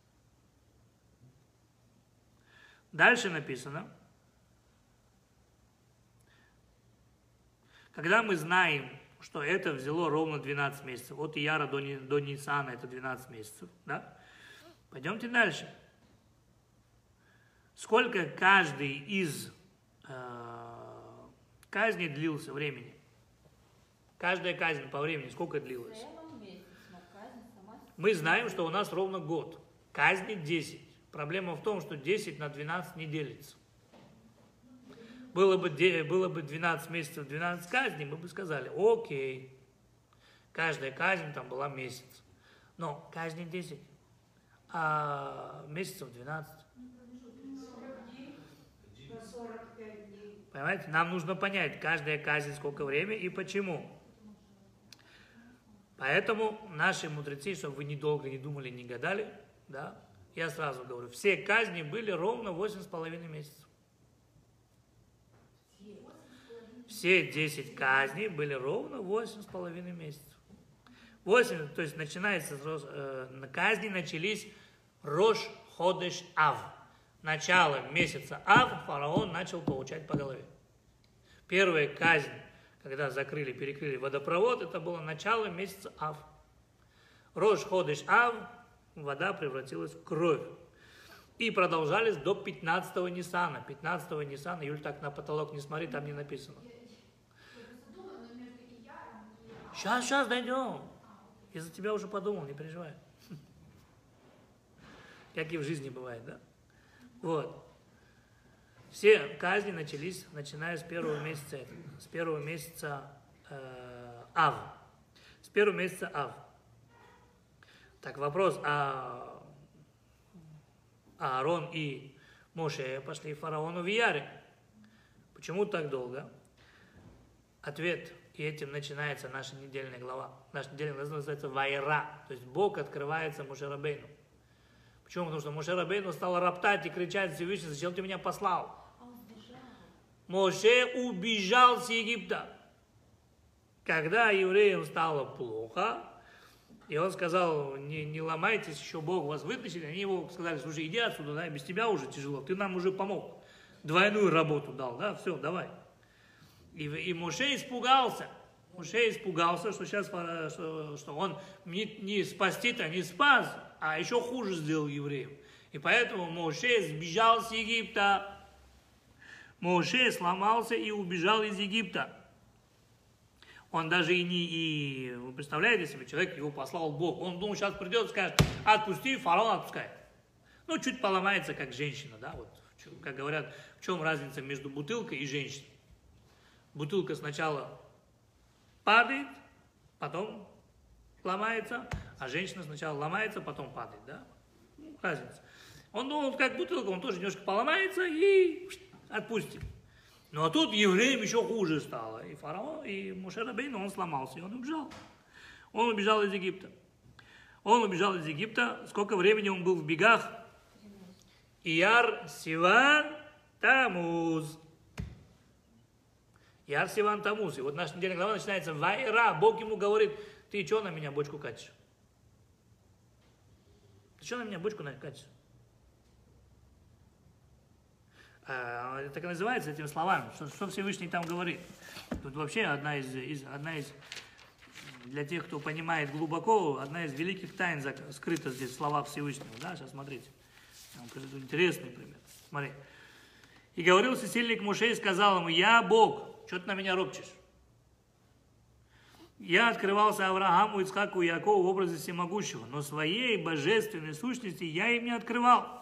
Дальше написано, когда мы знаем, что это взяло ровно двенадцать месяцев, от Ияра до, до Нисана это двенадцать месяцев, да? Пойдемте дальше. Сколько каждый из э, казней длился времени? Каждая казнь по времени сколько длилась? Мы знаем, что у нас ровно год. Казни десять. Проблема в том, что десять на двенадцать не делится. Было бы, было бы двенадцать месяцев, двенадцать казней, мы бы сказали: окей, каждая казнь там была месяц. Но казни десять, а месяцев двенадцать. Понимаете, нам нужно понять, каждая казнь сколько времени и почему. Поэтому наши мудрецы, чтобы вы недолго не думали, не гадали, да, я сразу говорю, все казни были ровно восемь с половиной месяцев. Все десять казней были ровно восемь с половиной месяцев. восемь, то есть начинается, э, казни начались Рош Ходеш Ав. Начало месяца Ав фараон начал получать по голове. Первая казнь, когда закрыли, перекрыли водопровод, это было начало месяца Ав. Рош Ходеш Ав, вода превратилась в кровь. И продолжались до пятнадцатого Нисана. пятнадцатого Нисана, Юль, так на потолок не смотри, там не написано. Сейчас, сейчас дойдем. Я за тебя уже подумал, не переживай. Как и в жизни бывает, да? Вот. Все казни начались, начиная с первого месяца, с первого месяца э, Ав. С первого месяца Ав. Так, вопрос, а Аарон и Моше пошли фараону в Яре. Почему так долго? Ответ, и этим начинается наша недельная глава. Наша недельная глава называется Вайра, то есть Бог открывается Моше Рабейну. Почему? Потому что Моше Рабейну стал роптать и кричать: Всевышний, зачем ты меня послал? Моше убежал с Египта. Когда евреям стало плохо, и он сказал: не, не ломайтесь, еще Бог вас вытащит. Они его сказали: слушай, иди отсюда, да, без тебя уже тяжело, ты нам уже помог. Двойную работу дал, да, все, давай. И, и Моше испугался. Моше испугался, что сейчас, что, что он не, не спасти-то не спас, а еще хуже сделал евреям. И поэтому Моше сбежал с Египта. Моше сломался и убежал из Египта. Он даже и не, и, вы представляете себе, человек, его послал Бог. Он думал, сейчас придет и скажет: отпусти, фараон отпускает. Ну, чуть поломается, как женщина, да, вот, как говорят, в чем разница между бутылкой и женщиной. Бутылка сначала падает, потом ломается, а женщина сначала ломается, потом падает, да? Ну, разница. Он думал, как бутылка, он тоже немножко поломается и отпустим. Ну а тут евреям еще хуже стало. И фараон, и Моше Рабейну, он сломался, и он убежал. Он убежал из Египта. Он убежал из Египта. Сколько времени он был в бегах? Ияр, Сиван, Тамуз. Ияр, Сиван, Тамуз. И вот наша недельная глава начинается Вайра. Бог ему говорит, ты что на меня бочку катишь? Ты что на меня бочку катишь? А, это так и называется этими словами. Что, что Всевышний там говорит? Тут вообще одна из, из, одна из, для тех, кто понимает глубоко, одна из великих тайн скрыта здесь в словах Всевышнего. Да? Сейчас смотрите. Я вам приведу интересный пример. Смотри. И говорил всесильный к Моше и сказал ему, я Бог, что ты на меня ропчешь? Я открывался Аврааму, Ицхаку и Якову в образе всемогущего, но своей божественной сущности я им не открывал.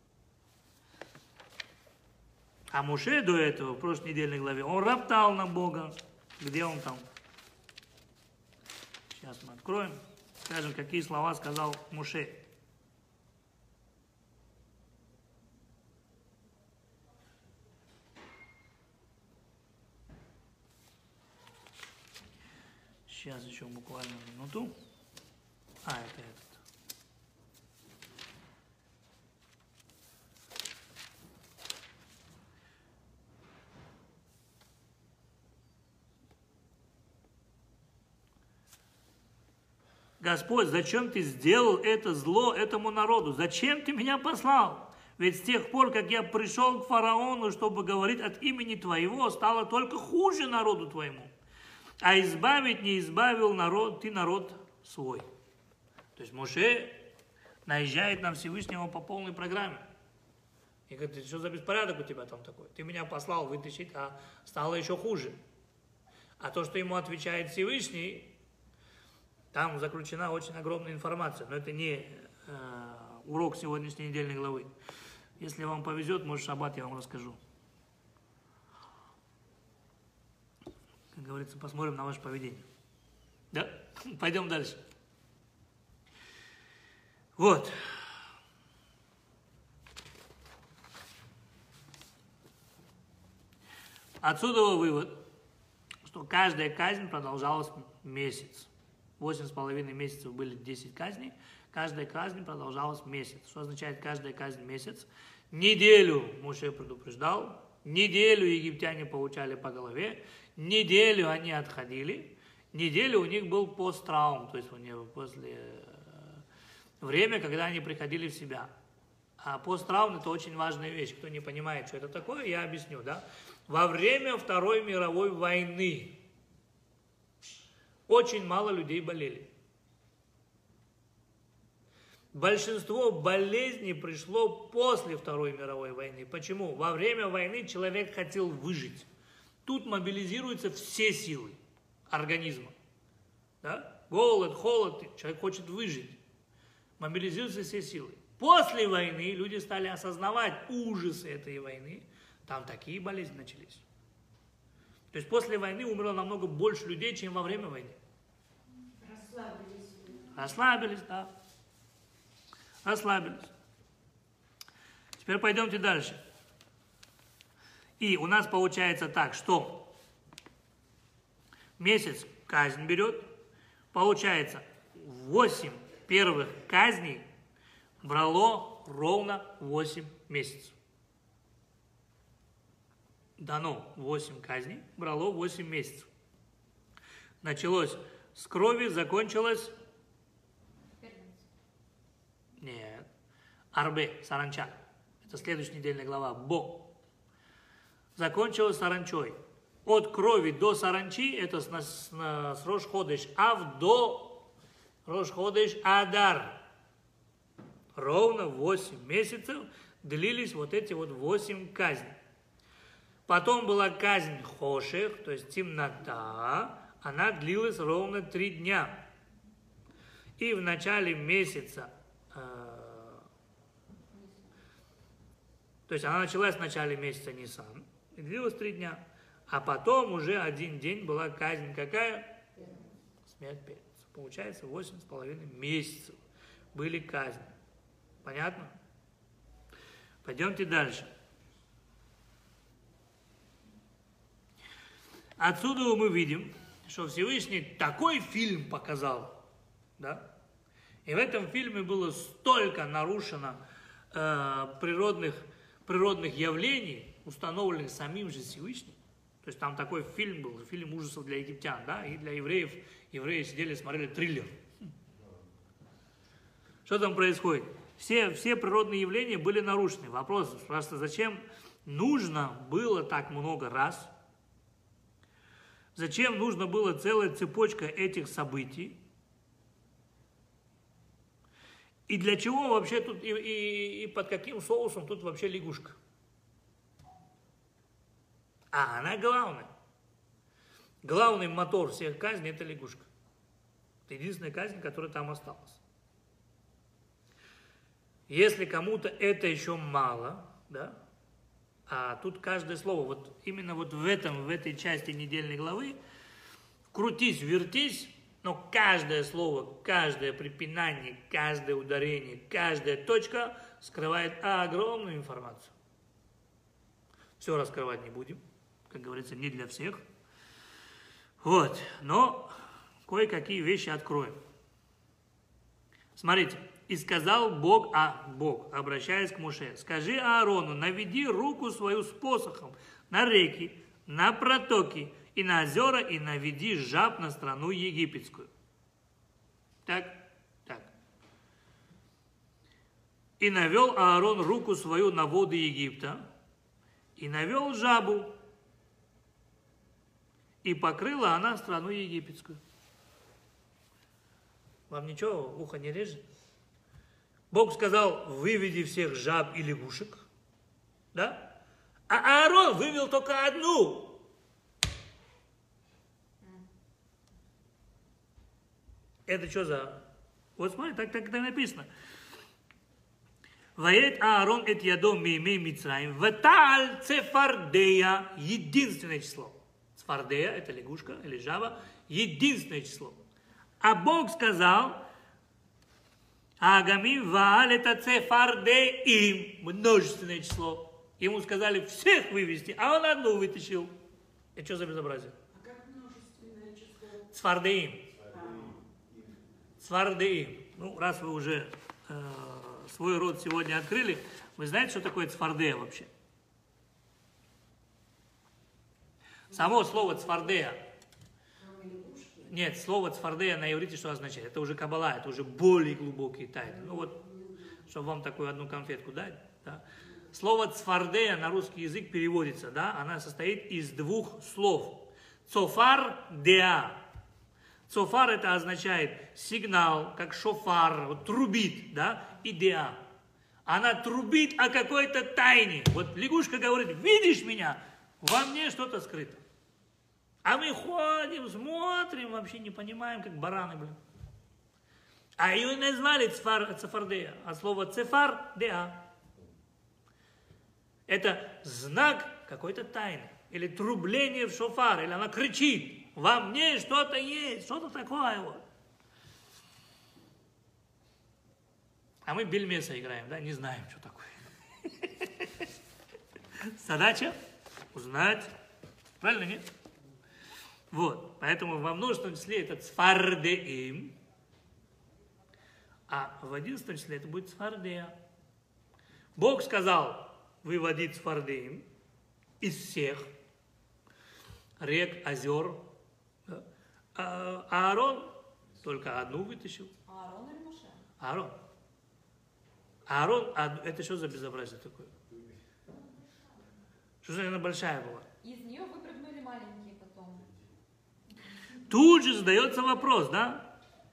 А Моше до этого, в прошлой недельной главе, он роптал на Бога. Где он там? Сейчас мы откроем, скажем, какие слова сказал Моше. Сейчас еще буквально минуту. А, это этот. Господь, зачем ты сделал это зло этому народу? Зачем ты меня послал? Ведь с тех пор, как я пришел к фараону, чтобы говорить от имени твоего, стало только хуже народу твоему. А избавить не избавил народ, ты народ свой. То есть Моше наезжает на Всевышнего по полной программе. И говорит, что за беспорядок у тебя там такой? Ты меня послал вытащить, а стало еще хуже. А то, что ему отвечает Всевышний, там заключена очень огромная информация. Но это не э, урок сегодняшней недельной главы. Если вам повезет, может, в шаббат я вам расскажу. Как говорится, посмотрим на ваше поведение. Да? Пойдем дальше. Вот. Отсюда вывод, что каждая казнь продолжалась месяц. Восемь с половиной месяцев были десять казней. Каждая казнь продолжалась месяц. Что означает каждая казнь месяц? Неделю Моше предупреждал, неделю египтяне получали по голове, неделю они отходили, неделю у них был посттраум, то есть у них после время, когда они приходили в себя. А посттраум это очень важная вещь. Кто не понимает, что это такое, я объясню. Да? Во время Второй мировой войны очень мало людей болели. Большинство болезней пришло после Второй мировой войны. Почему? Во время войны человек хотел выжить. Тут мобилизируются все силы организма. Да? Голод, холод, человек хочет выжить. Мобилизируются все силы. После войны люди стали осознавать ужасы этой войны. Там такие болезни начались. То есть после войны умерло намного больше людей, чем во время войны. Расслабились. Расслабились, да. Расслабились. Теперь пойдемте дальше. И у нас получается так, что месяц казнь берет. Получается, восемь первых казней брало ровно восемь месяцев. Дано восемь казней, брало восемь месяцев. Началось с крови, закончилось... Нет. Арбе, саранча. Это следующая недельная глава. Бо. Закончилось саранчой. От крови до саранчи, это с, с, с Рош Ходеш Ав до Рош Ходеш Адар. Ровно восемь месяцев длились вот эти вот восемь казней. Потом была казнь Хошех, то есть темнота. Она длилась ровно три дня. И в начале месяца, э, то есть она началась в начале месяца Нисан, и длилась три дня. А потом уже один день была казнь какая? Смерть первенца. Получается, восемь с половиной месяцев были казни. Понятно? Пойдемте дальше. Отсюда мы видим, что Всевышний такой фильм показал, да? И в этом фильме было столько нарушено э, природных, природных явлений, установленных самим же Всевышним. То есть там такой фильм был, фильм ужасов для египтян, да, и для евреев. Евреи сидели, смотрели триллер. Что там происходит? Все, все природные явления были нарушены. Вопрос просто, зачем нужно было так много раз? Зачем нужно было целая цепочка этих событий? И для чего вообще тут, и, и, и под каким соусом тут вообще лягушка? А она главная. Главный мотор всех казней – это лягушка. Это единственная казнь, которая там осталась. Если кому-то это еще мало, да, а тут каждое слово, вот именно вот в этом, в этой части недельной главы, крутись, вертись, но каждое слово, каждое препинание, каждое ударение, каждая точка скрывает огромную информацию. Все раскрывать не будем, как говорится, не для всех. Вот, но кое-какие вещи откроем. Смотрите. И сказал Бог, а Бог, обращаясь к Моше, скажи Аарону, наведи руку свою с посохом на реки, на протоки и на озера, и наведи жаб на страну египетскую. Так, так. И навел Аарон руку свою на воды Египта, и навел жабу, и покрыла она страну египетскую. Вам ничего, ухо не режет? Бог сказал, выведи всех жаб и лягушек, да? А Аарон вывел только одну. Это что за... Вот смотри, так, так, так написано. Вает Аарон эт ядом меймей Мицраим, ваталь цефардея, единственное число. Цефардея, это лягушка или жаба, единственное число. А Бог сказал... Агамим вааль это цефардеим, множественное число. Ему сказали всех вывести, а он одну вытащил. Это что за безобразие? А как множественное число? Цфардеим. Цфардеим. Ну, раз вы уже э, свой род сегодня открыли, вы знаете, что такое цфардея вообще? Само слово цфардея. Нет, слово цфардея на иврите что означает? Это уже каббала, это уже более глубокие тайны. Ну вот, чтобы вам такую одну конфетку дать. Да. Слово цфардея на русский язык переводится, да, она состоит из двух слов. Цофар деа. Цофар это означает сигнал, как шофар, вот, трубит, да, и деа. Она трубит о какой-то тайне. Вот лягушка говорит, видишь меня, во мне что-то скрыто. А мы ходим, смотрим, вообще не понимаем, как бараны, блин. А ее назвали цфар, цефардея, а слово цефар деа. Это знак какой-то тайны. Или трубление в шофар, или она кричит, во мне что-то есть, что-то такое вот. А мы бельмеса играем, да, не знаем, что такое. Задача узнать. Правильно, нет? Вот, поэтому во множественном числе это цфардеим, а в одиннадцатом числе это будет цфардея. Бог сказал выводить цфардеим из всех рек, озер. Да? А Аарон только одну вытащил. Аарон или Моше? Аарон. Аарон, а это что за безобразие такое? Что за она большая была? Из нее выпрыгнули маленькие потом. Тут же задается вопрос, да?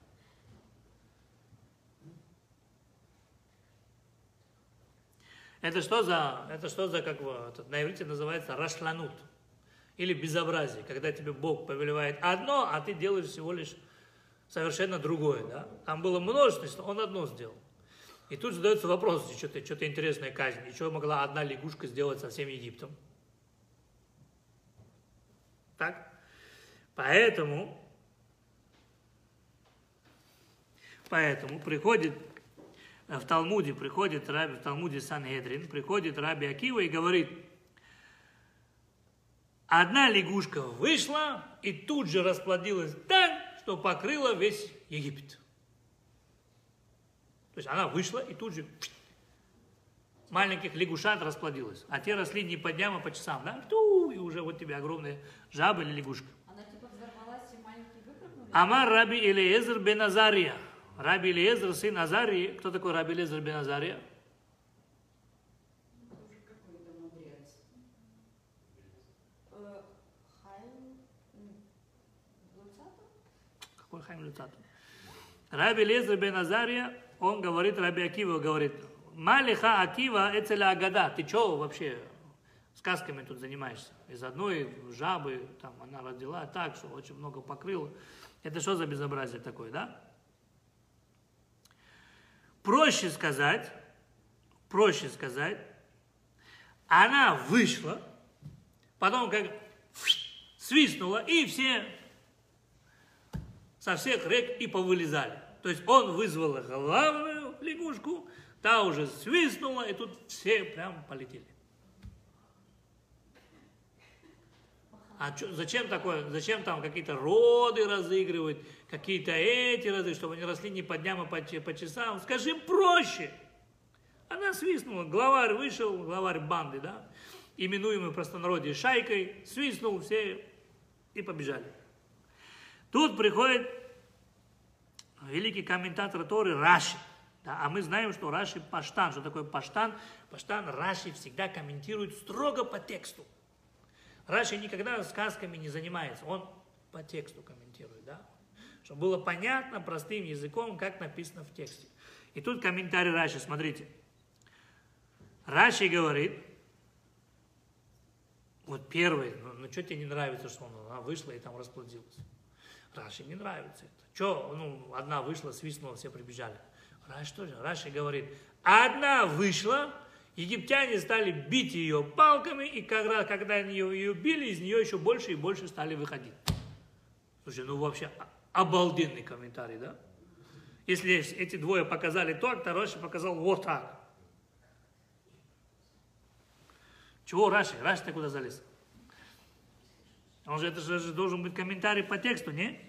Это что за, это что за, как вот, на иврите называется рашланут, или безобразие, когда тебе Бог повелевает одно, а ты делаешь всего лишь совершенно другое, да? Там было множество, он одно сделал. И тут задается вопрос, что-то, что-то интересная казнь, и что могла одна лягушка сделать со всем Египтом? Так? Поэтому, поэтому приходит в Талмуде, приходит Раби, в Талмуде Санхедрин, приходит Раби Акива и говорит, одна лягушка вышла и тут же расплодилась так, что покрыла весь Египет. То есть она вышла и тут же маленьких лягушат расплодилась. А те росли не по дням, а по часам, да? Ту, и уже вот тебе огромные жабы или лягушка. Она типа взорвалась, и маленькие выпрыгнули? Амар Раби Элиезер бен Азария. Раби Элиезер, сын Азарии. Кто такой Раби Элиезер бен Азария? Какой-то мудрец. Э, Хайм Луцатов? Какой Хайм Люцатов? Раби Элиезер бен Азария, он говорит, Раби Акива говорит, Малиха Акива эцеля агада. Ты что вообще сказками тут занимаешься? Из одной жабы, там она родила так, что очень много покрыла. Это что за безобразие такое, да? Проще сказать, проще сказать, она вышла, потом как свистнула, и все со всех рек и повылезали. То есть он вызвал главную лягушку, та уже свистнула, и тут все прям полетели. А чё, зачем такое? Зачем там какие-то роды разыгрывать, какие-то эти разыгрывать, чтобы они росли не по дням, а по, по часам? Скажи проще. Она свистнула, главарь вышел, главарь банды, да, именуемый в простонародье шайкой, свистнул, все и побежали. Тут приходит великий комментатор Торы Раши. Да, а мы знаем, что Раши паштан. Что такое паштан? Паштан Раши всегда комментирует строго по тексту. Раши никогда сказками не занимается, он по тексту комментирует, да? Чтобы было понятно простым языком, как написано в тексте. И тут комментарий Раши, смотрите. Раши говорит, вот первый, ну, ну что тебе не нравится, что он, она вышла и там расплодилась? Раши не нравится это. Что, ну, одна вышла, свистнула, все прибежали. Раши тоже, Раши говорит, одна вышла, египтяне стали бить ее палками, и когда, когда они ее, ее били, из нее еще больше и больше стали выходить. Слушай, ну вообще обалденный комментарий, да? Если эти двое показали так, то Раши показал вот так. Чего Раши? Раши-то куда залез? Он же, это же должен быть комментарий по тексту, не?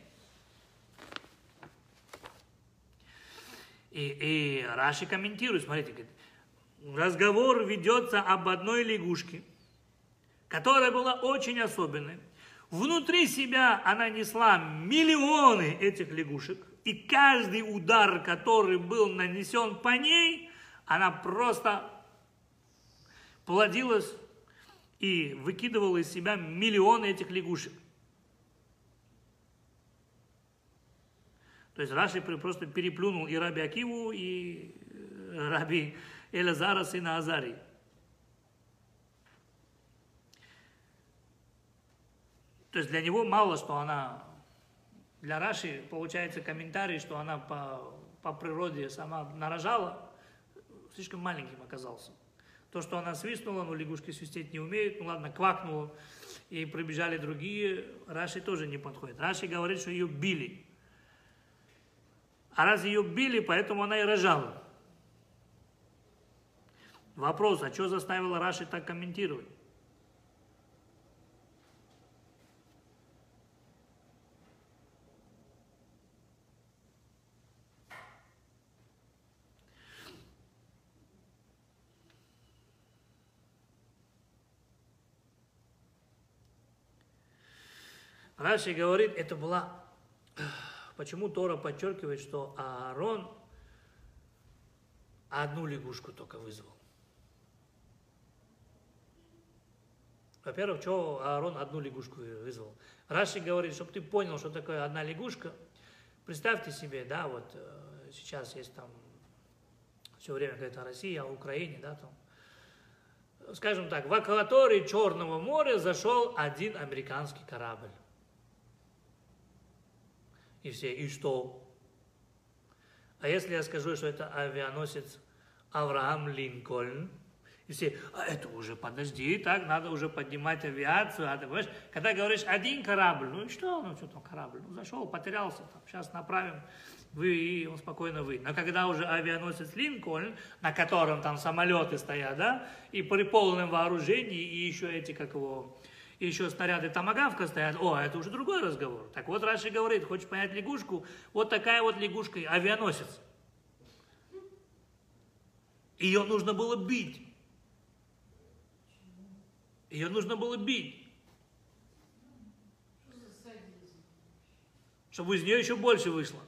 И, и Раши комментирует, смотрите, говорит, разговор ведется об одной лягушке, которая была очень особенной. Внутри себя она несла миллионы этих лягушек, и каждый удар, который был нанесен по ней, она просто плодилась и выкидывала из себя миллионы этих лягушек. То есть Раши просто переплюнул и Раби Акиву, и Раби Элазара, сына Азарии. То есть для него мало, что она, для Раши получается комментарий, что она по, по природе сама нарожала, слишком маленьким оказался. То, что она свистнула, но лягушки свистеть не умеют, ну ладно, квакнула, и пробежали другие, Раши тоже не подходит. Раши говорит, что ее били. А раз ее били, поэтому она и рожала. Вопрос, а что заставило Раши так комментировать? Раши говорит, это была... Почему Тора подчеркивает, что Аарон одну лягушку только вызвал? Во-первых, что Аарон одну лягушку вызвал? Раши говорит, чтобы ты понял, что такое одна лягушка. Представьте себе, да, вот сейчас есть там все время говорит о России, о Украине, да, там. Скажем так, в акватории Черного моря зашел один американский корабль. И все, и что? А если я скажу, что это авианосец Авраам Линкольн, и все, а это уже, подожди, так, надо уже поднимать авиацию, а ты понимаешь, когда говоришь один корабль, ну и что, ну что там корабль, ну зашел, потерялся, там, сейчас направим, вы, и он спокойно вы. Но когда уже авианосец Линкольн, на котором там самолеты стоят, да, и при полном вооружении, и еще эти, как его, и еще снаряды томагавка стоят, о, это уже другой разговор. Так вот Раши говорит, хочешь понять лягушку, вот такая вот лягушка, авианосец. Ее нужно было бить. Ее нужно было бить. Чтобы из нее еще больше вышло.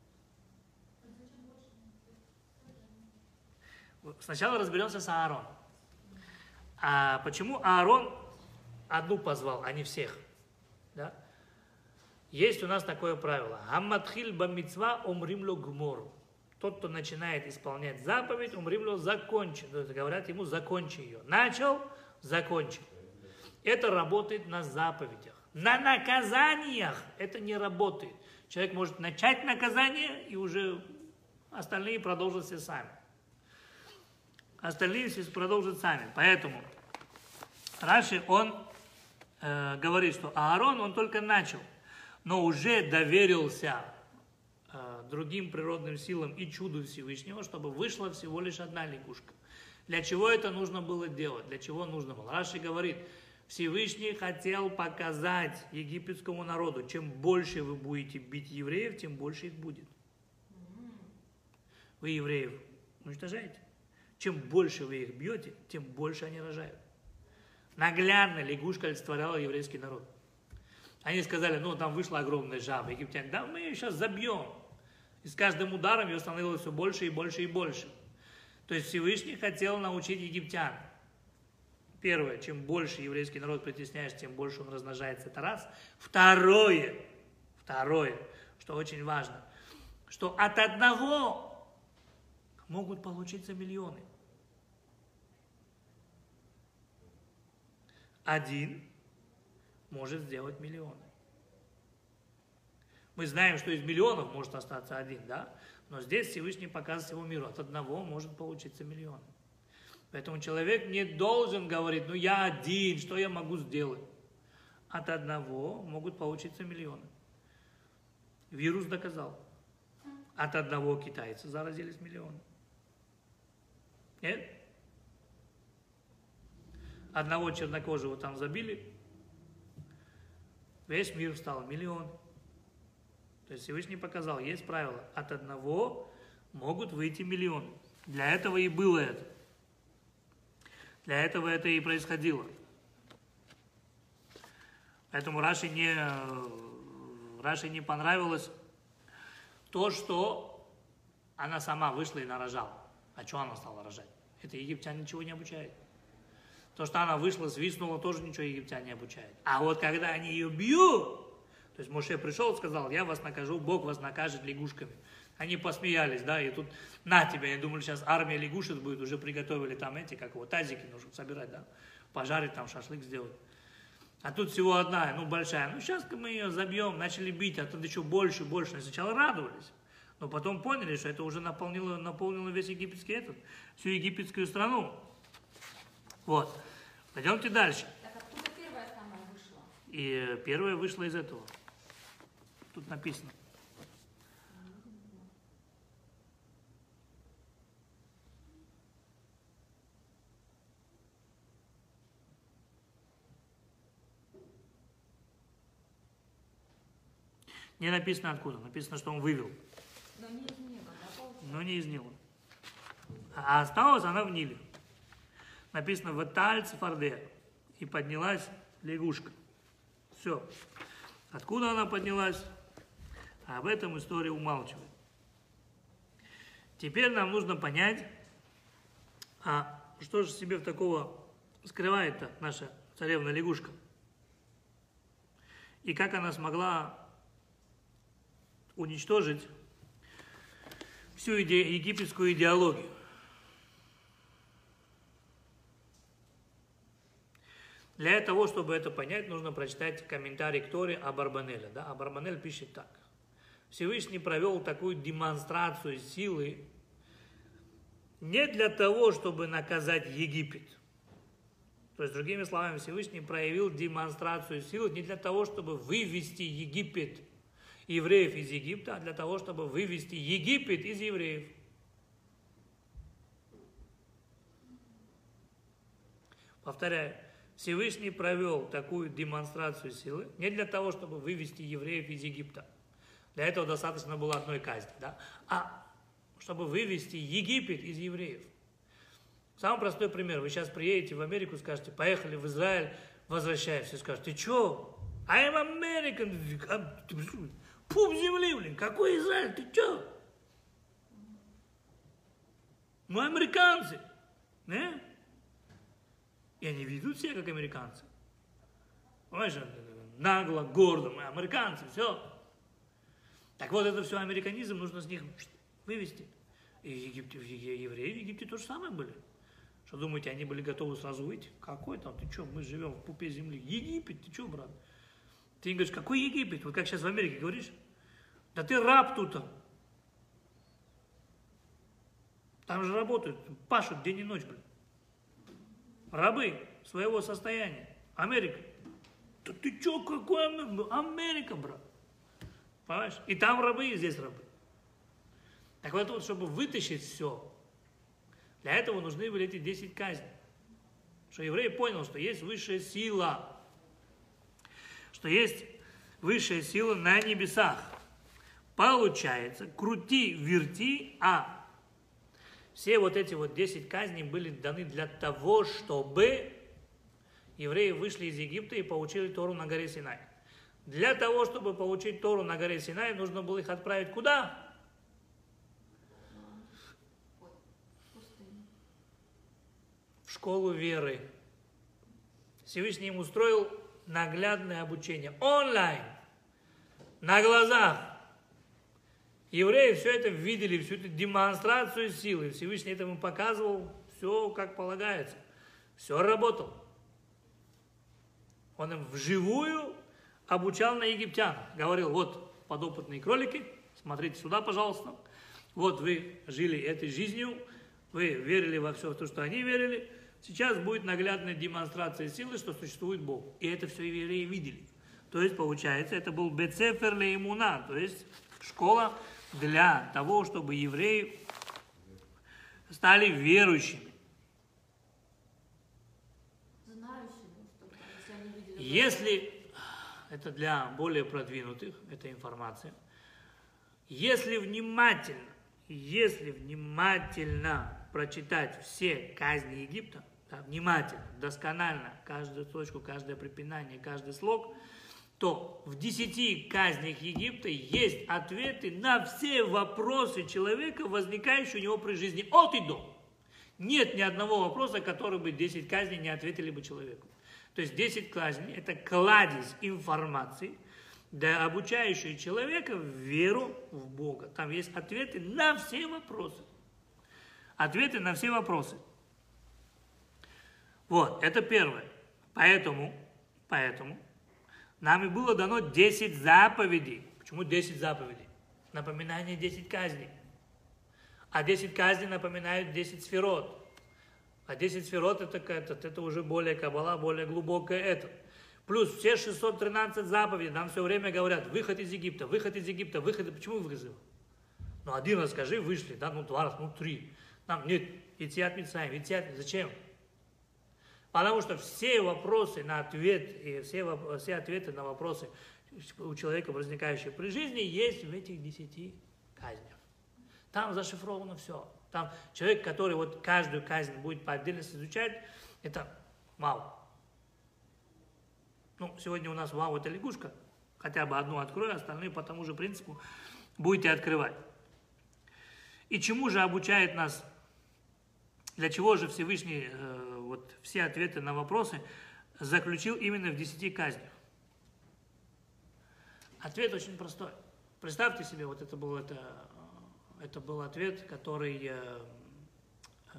Сначала разберемся с Аароном. А почему Аарон одну позвал, а не всех? Да? Есть у нас такое правило. Гамматхиль бамитцва умримлю гмору. Тот, кто начинает исполнять заповедь, умримлю закончи. То есть говорят ему, закончи ее. Начал, закончи. Это работает на заповедях. На наказаниях это не работает. Человек может начать наказание, и уже остальные продолжат все сами. Остальные все продолжат сами. Поэтому Раши, он э, говорит, что Аарон, он только начал, но уже доверился э, другим природным силам и чуду Всевышнего, чтобы вышла всего лишь одна лягушка. Для чего это нужно было делать? Для чего нужно было? Раши говорит, Всевышний хотел показать египетскому народу, чем больше вы будете бить евреев, тем больше их будет. Вы евреев уничтожаете. Чем больше вы их бьете, тем больше они рожают. Наглядно лягушка олицетворяла еврейский народ. Они сказали, ну там вышла огромная жаба. Египтяне, да мы ее сейчас забьем. И с каждым ударом ее становилось все больше и больше и больше. То есть Всевышний хотел научить египтян. Первое, чем больше еврейский народ притесняешь, тем больше он размножается. Это раз. Второе, второе, что очень важно, что от одного могут получиться миллионы. Один может сделать миллионы. Мы знаем, что из миллионов может остаться один, да? Но здесь Всевышний показывает всему миру. От одного может получиться миллион. Поэтому человек не должен говорить, ну я один, что я могу сделать? От одного могут получиться миллионы. Вирус доказал. От одного китайца заразились миллионы. Нет? Одного чернокожего там забили, весь мир стал миллион. То есть Всевышний показал, есть правило, от одного могут выйти миллионы. Для этого и было это. Для этого это и происходило. Поэтому Раши не, Раши не понравилось то, что она сама вышла и нарожала. А что она стала рожать? Это египтян ничего не обучает. То, что она вышла, свистнула, тоже ничего египтян не обучает. А вот когда они ее бьют, то есть Моше пришел и сказал, я вас накажу, Бог вас накажет лягушками. Они посмеялись, да, и тут на тебя, я думали, сейчас армия лягушек будет, уже приготовили там эти, как его, тазики нужно собирать, да, пожарить там, шашлык сделать. А тут всего одна, ну большая, ну сейчас мы ее забьем, начали бить, а тут еще больше, больше. Сначала радовались, но потом поняли, что это уже наполнило, наполнило весь египетский этот, всю египетскую страну. Вот. Пойдемте дальше. Так откуда первая самая вышла? И первая вышла из этого. Тут написано. Не написано откуда. Написано, что он вывел. Но не из неба, да, получается? Но не из него. А осталась она в Ниле. Написано «Ваталь цфарде». И поднялась лягушка. Все. Откуда она поднялась? А об этом история умалчивает. Теперь нам нужно понять, а что же себе в такого скрывает-то наша царевна лягушка? И как она смогла уничтожить всю иде- египетскую идеологию? Для того, чтобы это понять, нужно прочитать комментарий к Торе Абарбанеля. Да? Абарбанель пишет так. Всевышний провел такую демонстрацию силы не для того, чтобы наказать Египет. То есть, другими словами, Всевышний проявил демонстрацию силы не для того, чтобы вывести Египет, евреев из Египта, а для того, чтобы вывести Египет из евреев. Повторяю. Всевышний провел такую демонстрацию силы не для того, чтобы вывести евреев из Египта. Для этого достаточно было одной казни, да? А чтобы вывести Египет из евреев. Самый простой пример. Вы сейчас приедете в Америку, скажете, поехали в Израиль, возвращаемся. Все скажут, ты что? I'm American. Пуп земли, блин, какой Израиль, ты что? Мы американцы. Не? И они ведут себя как американцы. Понимаешь, нагло, гордо, мы американцы, все. Так вот, это все американизм, нужно с них вывести. И Египте, евреи в Египте то же самое были. Что думаете, они были готовы сразу выйти? Какой там, ты что, мы живем в пупе земли. Египет, ты что, брат? Ты им говоришь, какой Египет? Вот как сейчас в Америке говоришь? Да ты раб тут. Там же работают, пашут день и ночь, блин. Рабы своего состояния. Америка. Да ты что, какой Америка, брат? Понимаешь? И там рабы, и здесь рабы. Так вот, вот, чтобы вытащить все, для этого нужны были эти десять казней. Что еврей понял, что есть высшая сила. Что есть высшая сила на небесах. Получается, крути, верти, а все вот эти вот десять казней были даны для того, чтобы евреи вышли из Египта и получили Тору на горе Синай. Для того, чтобы получить Тору на горе Синай, нужно было их отправить куда? В школу веры. Всевышний им устроил наглядное обучение. Онлайн. На глазах. Евреи все это видели, всю эту демонстрацию силы. Всевышний этому показывал все, как полагается. Все работало. Он им вживую обучал на египтян. Говорил, вот подопытные кролики, смотрите сюда, пожалуйста. Вот вы жили этой жизнью, вы верили во все то, что они верили. Сейчас будет наглядная демонстрация силы, что существует Бог. И это все евреи видели. То есть, получается, это был бет-сефер ле-эмуна, то есть школа для того, чтобы евреи стали верующими. Знающими, чтобы, если они видели... Если, это для более продвинутых, эта информация, если внимательно, если внимательно прочитать все казни Египта, да, внимательно, досконально, каждую точку, каждое препинание, каждый слог, то в десяти казнях Египта есть ответы на все вопросы человека, возникающие у него при жизни от и до. Нет ни одного вопроса, который бы десять казней не ответили бы человеку. То есть десять казней – это кладезь информации, да, обучающая человека в веру в Бога. Там есть ответы на все вопросы. Ответы на все вопросы. Вот, это первое. Поэтому, поэтому нам и было дано десять заповедей. Почему десять заповедей? Напоминание десять казней. А десять казней напоминают десять сферот. А десять сферот это, это, это уже более каббала, более глубокое это. Плюс все шестьсот тринадцать заповедей нам все время говорят, выход из Египта, выход из Египта, выход. Почему выход? Ну один раз скажи, вышли, да, ну два раза, ну три. Нам нет, идти от Мицраим, идти от... Зачем? Потому что все вопросы на ответ, и все, все ответы на вопросы у человека, возникающие при жизни, есть в этих десяти казнях. Там зашифровано все. Там человек, который вот каждую казнь будет по отдельности изучать, это вау. Ну, сегодня у нас вау, это лягушка. Хотя бы одну открою, остальные по тому же принципу будете открывать. И чему же обучает нас, для чего же Всевышний э, вот, все ответы на вопросы заключил именно в десяти казнях? Ответ очень простой. Представьте себе, вот это был, это, это был ответ, который э, э,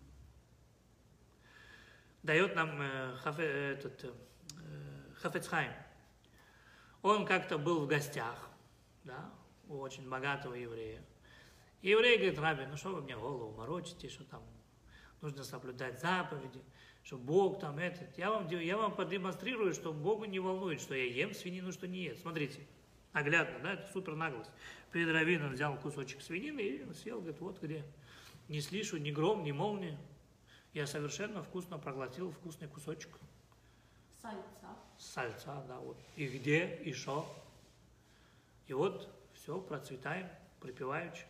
дает нам э, Хафе, этот, э, Хафец Хаим. Он как-то был в гостях, да, у очень богатого еврея. И еврей говорит, Раби, ну что вы мне голову морочите, что там нужно соблюдать заповеди, что Бог там этот. Я вам, я вам продемонстрирую, что Богу не волнует, что я ем свинину, что не ем. Смотрите, наглядно, да, это супер наглость. Перед раввином взял кусочек свинины и съел, говорит, вот где. Не слышу ни гром, ни молния. Я совершенно вкусно проглотил вкусный кусочек. Сальца. Сальца, да, вот. И где, и шо. И вот все, процветаем, припеваючи.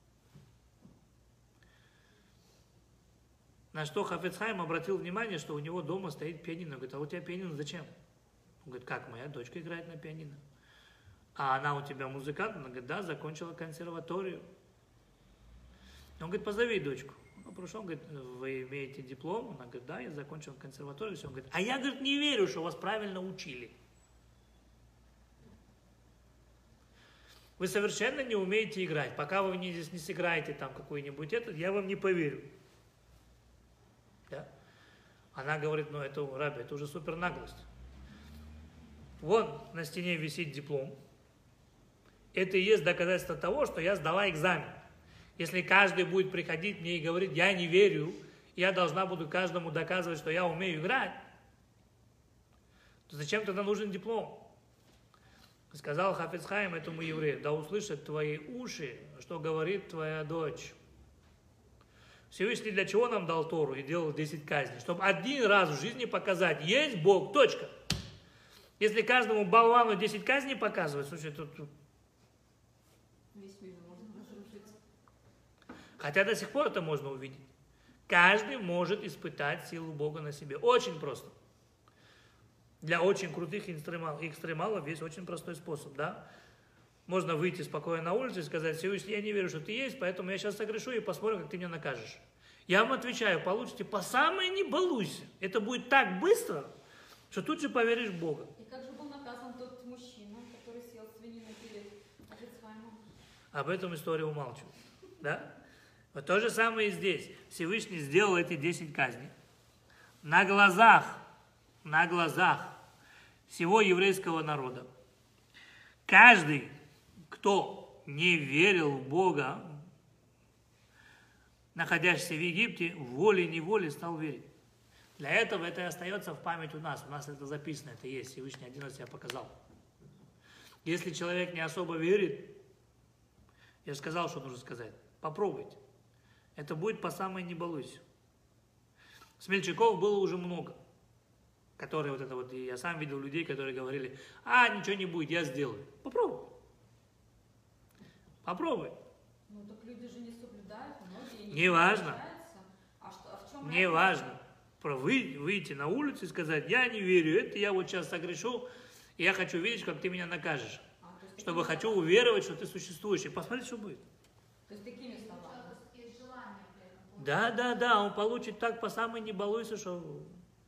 На что Хафец Хаим обратил внимание, что у него дома стоит пианино. Он говорит, а у тебя пианино зачем? Он говорит, как, моя дочка играет на пианино. А она у тебя музыкант? Она говорит, да, закончила консерваторию. Он говорит, позови дочку. Он пришел, он говорит, вы имеете диплом? Она говорит, да, я закончил консерваторию. Все. Он говорит, а я, говорит, не верю, что вас правильно учили. Вы совершенно не умеете играть. Пока вы не, здесь не сыграете там какой-нибудь этот, я вам не поверю. Да? Она говорит, ну это, Раби, это уже супер наглость. Вон на стене висит диплом. Это и есть доказательство того, что я сдала экзамен. Если каждый будет приходить мне и говорить, я не верю, я должна буду каждому доказывать, что я умею играть, то зачем тогда нужен диплом? Сказал Хафец Хаим этому еврею, да услышат твои уши, что говорит твоя дочь. Всевышний для чего нам дал Тору и делал десять казней? Чтобы один раз в жизни показать, есть Бог, точка. Если каждому болвану десять казней показывать, слушай, тут... Весь мир можно разрушить. Хотя до сих пор это можно увидеть. Каждый может испытать силу Бога на себе. Очень просто. Для очень крутых экстремалов, экстремалов есть очень простой способ, да? Можно выйти спокойно на улицу и сказать, Всевышний, я не верю, что ты есть, поэтому я сейчас согрешу и посмотрим, как ты меня накажешь. Я вам отвечаю, получите по самое не балуйся. Это будет так быстро, что тут же поверишь в Бога. И как же был наказан тот мужчина, который съел свинину перед Хафец Хаимом? Об этом история умалчивает. Да? Вот то же самое и здесь. Всевышний сделал эти десять казней. На глазах, на глазах всего еврейского народа. Каждый, кто не верил в Бога, находящийся в Египте, волей-неволей стал верить. Для этого это и остается в память у нас. У нас это записано, это есть. Всевышний один раз я показал. Если человек не особо верит, я же сказал, что нужно сказать. Попробуйте. Это будет по самой не балуйся. Смельчаков было уже много. Которые вот это вот, я сам видел людей, которые говорили, а, ничего не будет, я сделаю. Попробуй. Попробуй. Ну так люди же не соблюдают, многие не Неважно. соблюдаются. А, что, а в чем Неважно. Про вы, выйти на улицу и сказать, я не верю, это я вот сейчас согрешу, и я хочу видеть, как ты меня накажешь. А, то есть Чтобы такими хочу словами. уверовать, что ты существуешь, и посмотреть, что будет. То есть такими словами. Да, да, да, он получит так по самой не балуйся, что...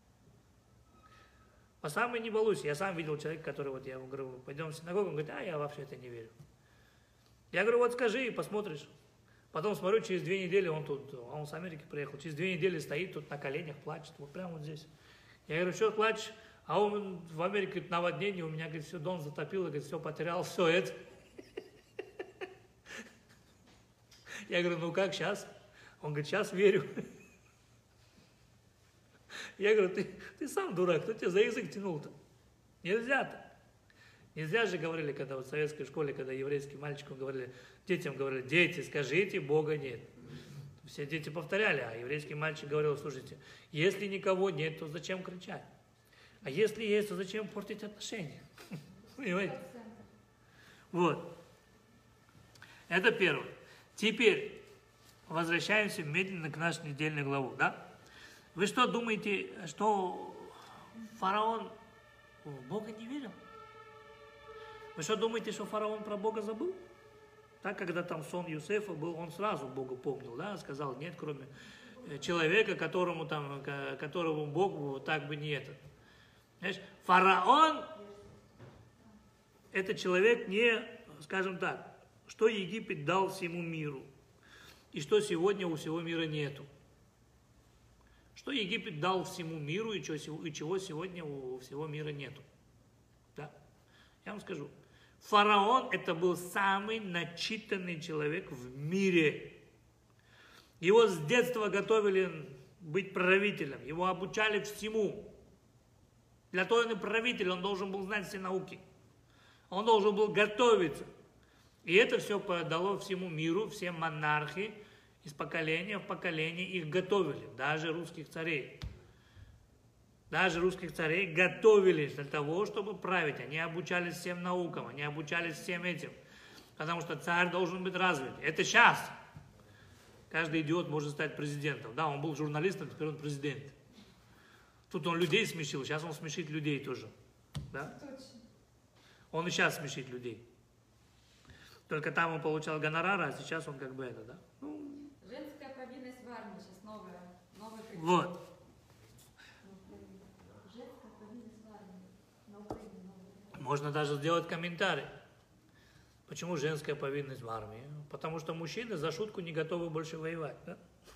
По самой не балуйся. Я сам видел человека, который, вот я ему говорю, пойдем в синагогу, он говорит, а я вообще это не верю. Я говорю, вот скажи и посмотришь. Потом смотрю, через две недели он тут, а он с Америки приехал, через две недели стоит тут на коленях, плачет, вот прямо вот здесь. Я говорю, что плачешь? А он в Америке наводнение, у меня, говорит, все, дом затопило, говорит, все потерял, все это. Я говорю, ну как сейчас? Он говорит, сейчас верю. Я говорю, ты, ты сам дурак, кто тебя за язык тянул-то? Нельзя так. Нельзя же, говорили, когда вот в советской школе, когда еврейским мальчикам говорили, детям говорили, дети, скажите, Бога нет. Все дети повторяли, а еврейский мальчик говорил, слушайте, если никого нет, то зачем кричать? А если есть, то зачем портить отношения? Понимаете? Вот. Это первое. Теперь возвращаемся медленно к нашей недельной главу, да? Вы что думаете, что фараон в Бога не верил? Вы что думаете, что фараон про Бога забыл? Так, когда там сон Юсефа был, он сразу Бога помнил, да? Сказал, нет, кроме человека, которому там, которому Бог так бы не это. Знаешь, фараон – это человек не, скажем так, что Египет дал всему миру, и что сегодня у всего мира нету. Что Египет дал всему миру, и чего сегодня у всего мира нету. Да? Я вам скажу. Фараон – это был самый начитанный человек в мире. Его с детства готовили быть правителем, его обучали всему. Для того, он и правитель, он должен был знать все науки. Он должен был готовиться. И это все дало всему миру, все монархи, из поколения в поколение их готовили, даже русских царей. Даже русских царей готовились для того, чтобы править. Они обучались всем наукам, они обучались всем этим. Потому что царь должен быть развит. Это сейчас. Каждый идиот может стать президентом. Да, он был журналистом, теперь он президент. Тут он людей смешил, сейчас он смешит людей тоже. Да? Точно. Он и сейчас смешит людей. Только там он получал гонорары, а сейчас он как бы это, да? Ну, Женская повинность в армии сейчас новая. Новая вот. Женская повинность в армии. На Украине новая. Можно даже сделать комментарий. Почему женская повинность в армии? Потому что мужчины за шутку не готовы больше воевать. Да?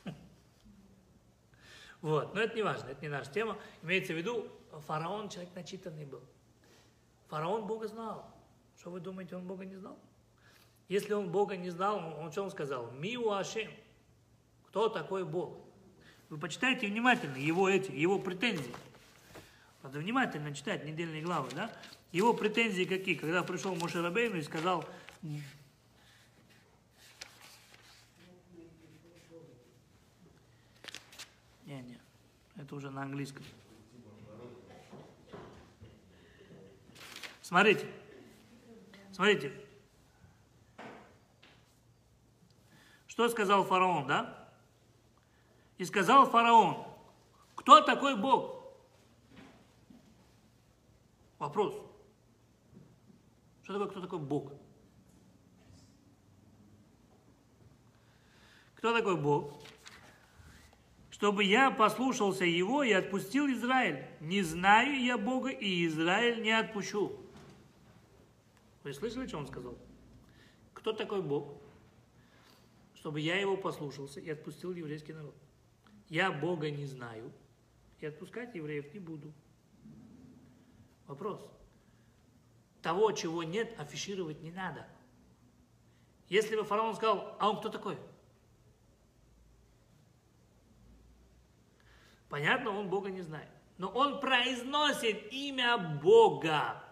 Вот. Но это не важно, это не наша тема. Имеется в виду, фараон человек начитанный был. Фараон Бога знал. Что вы думаете, он Бога не знал? Если он Бога не знал, он, он что он сказал? Миу Ашем. Кто такой Бог? Вы почитайте внимательно его эти, его претензии. Надо внимательно читать недельные главы, да? Его претензии какие? Когда пришел Моше Рабейну и сказал... Не-не, это уже на английском. Смотрите. Смотрите. Что сказал фараон, да? И сказал фараон, кто такой Бог? Вопрос. Что такое, кто такой Бог? Кто такой Бог? Чтобы я послушался его и отпустил Израиль. Не знаю я Бога, и Израиль не отпущу. Вы слышали, что он сказал? Кто такой Бог? Чтобы я его послушался и отпустил еврейский народ. Я Бога не знаю, и отпускать евреев не буду. Вопрос. Того, чего нет, афишировать не надо. Если бы фараон сказал, а он кто такой? Понятно, он Бога не знает. Но он произносит имя Бога.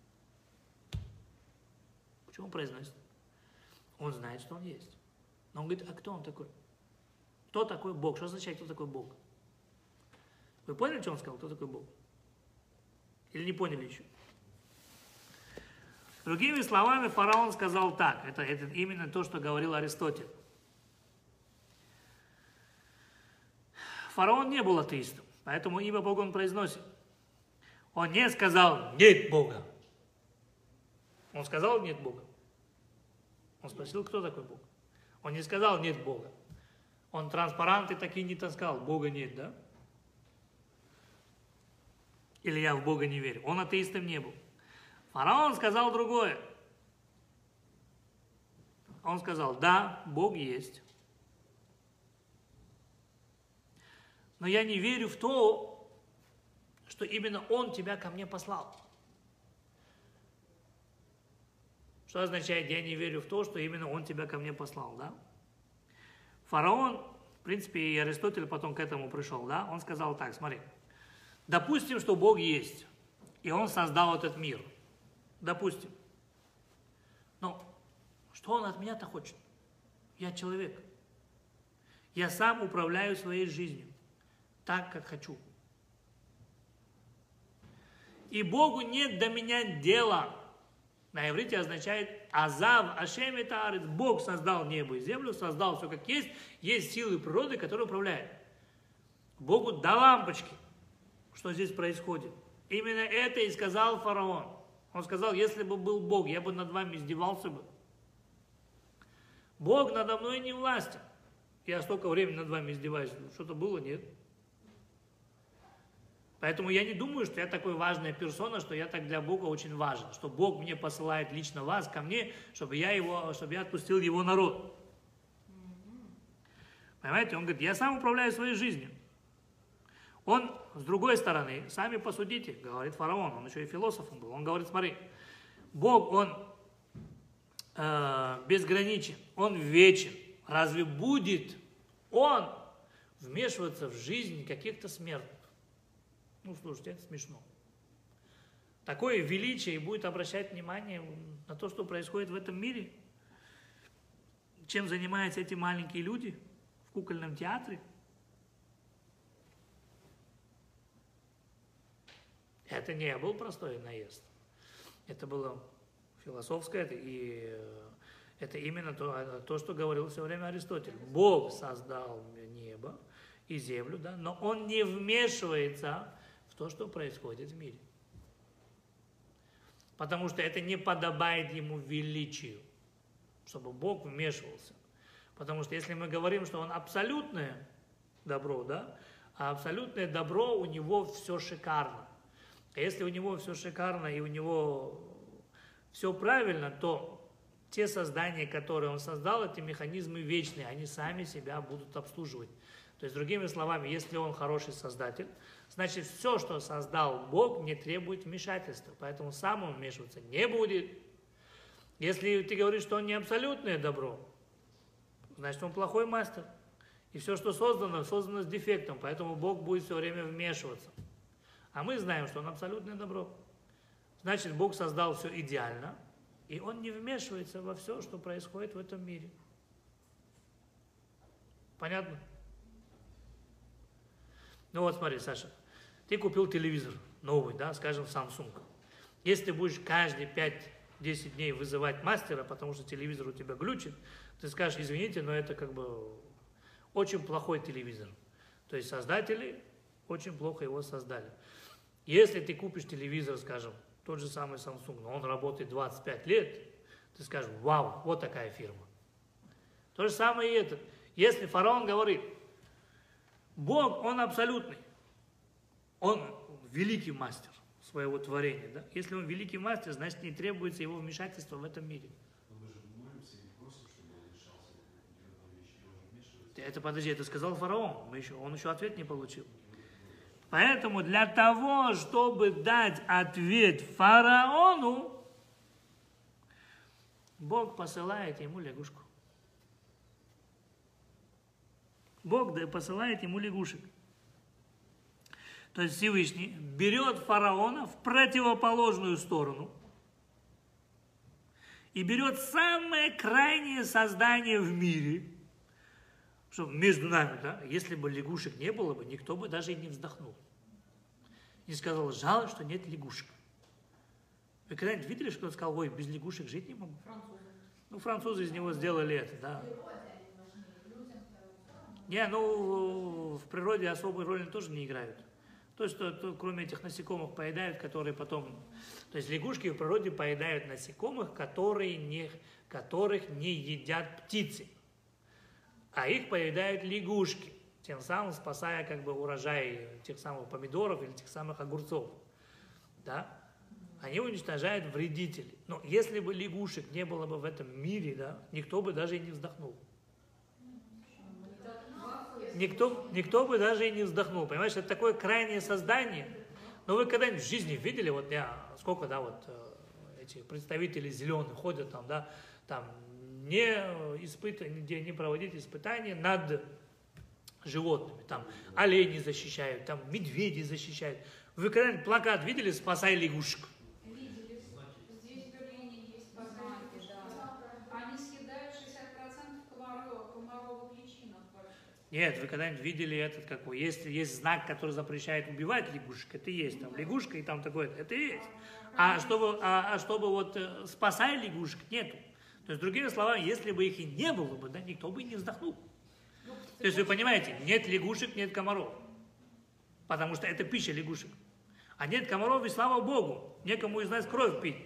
Почему он произносит? Он знает, что он есть. Но он говорит, а кто он такой? Кто такой Бог? Что означает, кто такой Бог? Вы поняли, что он сказал? Кто такой Бог? Или не поняли еще? Другими словами, фараон сказал так. Это, это именно то, что говорил Аристотель. Фараон не был атеистом, поэтому имя Бога он произносит. Он не сказал «нет Бога». Он сказал «нет Бога». Он спросил, кто такой Бог. Он не сказал «нет Бога». Он транспаранты такие не таскал, Бога нет, да? Или я в Бога не верю. Он атеистом не был. Фараон сказал другое. Он сказал, да, Бог есть. Но я не верю в то, что именно Он тебя ко мне послал. Что означает, я не верю в то, что именно Он тебя ко мне послал, да? Фараон, в принципе, и Аристотель потом к этому пришел, да? Он сказал так, смотри, допустим, что Бог есть, и Он создал этот мир. Допустим. Но что Он от меня-то хочет? Я человек. Я сам управляю своей жизнью так, как хочу. И Богу нет до меня дела. На иврите означает «Азав Ашем это арец». Бог создал небо и землю, создал все как есть. Есть силы природы, которые управляют. Богу до лампочки, что здесь происходит. Именно это и сказал фараон. Он сказал, если бы был Бог, я бы над вами издевался бы. Бог надо мной не властен. Я столько времени над вами издеваюсь. Что-то было? Нет. Поэтому я не думаю, что я такой важная персона, что я так для Бога очень важен. Что Бог мне посылает лично вас ко мне, чтобы я, его, чтобы я отпустил его народ. Понимаете? Он говорит, я сам управляю своей жизнью. Он, с другой стороны, сами посудите, говорит фараон, он еще и философом был. Он говорит, смотри, Бог, он э, безграничен, он вечен. Разве будет он вмешиваться в жизнь каких-то смертных? Ну, слушайте, это смешно. Такое величие и будет обращать внимание на то, что происходит в этом мире? Чем занимаются эти маленькие люди в кукольном театре? Это не был простой наезд. Это было философское, и это именно то, то, что говорил все время Аристотель. Бог создал небо и землю, да, но Он не вмешивается в то, что происходит в мире. Потому что это не подобает Ему величию, чтобы Бог вмешивался. Потому что если мы говорим, что Он абсолютное добро, да, а абсолютное добро, у Него все шикарно. А если у Него все шикарно и у Него все правильно, то те создания, которые Он создал, эти механизмы вечные, они сами себя будут обслуживать. То есть, другими словами, если Он хороший создатель, значит, все, что создал Бог, не требует вмешательства, поэтому сам Он вмешиваться не будет. Если ты говоришь, что Он не абсолютное добро, значит, Он плохой мастер. И все, что создано, создано с дефектом, поэтому Бог будет все время вмешиваться. А мы знаем, что Он абсолютное добро. Значит, Бог создал все идеально, и Он не вмешивается во все, что происходит в этом мире. Понятно? Ну вот смотри, Саша, ты купил телевизор новый, да, скажем, Samsung. Если ты будешь каждые пять-десять дней вызывать мастера, потому что телевизор у тебя глючит, ты скажешь, извините, но это как бы очень плохой телевизор. То есть создатели очень плохо его создали. Если ты купишь телевизор, скажем, тот же самый Samsung, но он работает двадцать пять лет, ты скажешь, вау, вот такая фирма. То же самое и это. Если фараон говорит, Бог, Он абсолютный, Он великий мастер своего творения, да? Если Он великий мастер, значит, не требуется Его вмешательство в этом мире. Это, подожди, это сказал фараон, мы еще, он еще ответ не получил. Поэтому для того, чтобы дать ответ фараону, Бог посылает ему лягушку. Бог посылает ему лягушек. То есть Всевышний берет фараона в противоположную сторону и берет самое крайнее создание в мире, что между нами, да, если бы лягушек не было бы, никто бы даже и не вздохнул. И сказал, жаль, что нет лягушек. Вы когда-нибудь видели, что он сказал, ой, без лягушек жить не могу? Французы. Ну, французы из него сделали это, да. Не, ну, в природе особой роли тоже не играют. То, что то, кроме этих насекомых поедают, которые потом... То есть лягушки в природе поедают насекомых, которые не, которых не едят птицы. А их поедают лягушки, тем самым спасая как бы урожай тех самых помидоров или тех самых огурцов. Да? Они уничтожают вредителей. Но если бы лягушек не было бы в этом мире, да, никто бы даже и не вздохнул. Никто, никто бы даже и не вздохнул. Понимаешь, это такое крайнее создание. Но вы когда-нибудь в жизни видели, вот я, сколько, да, вот эти представители зеленых ходят там, да, там, не испыт... где не проводить испытания над животными. Там оленей защищают, там медведей защищают. Вы когда-нибудь плакат видели «Спасай лягушек»? Видели. Здесь в Берлине есть знаки, да. Они съедают шестьдесят процентов комаров, комаровых личинок вообще. Нет, вы когда-нибудь видели этот, какой? Есть, есть знак, который запрещает убивать лягушек, это и есть. Там лягушка и там такое, это и есть. А чтобы, а, а чтобы вот «Спасай лягушек» нету. То есть, другими словами, если бы их и не было бы, да, никто бы и не вздохнул. Ну, то есть, вы понимаете, нет лягушек, нет комаров. Потому что это пища лягушек. А нет комаров, и слава Богу, некому из нас кровь пить.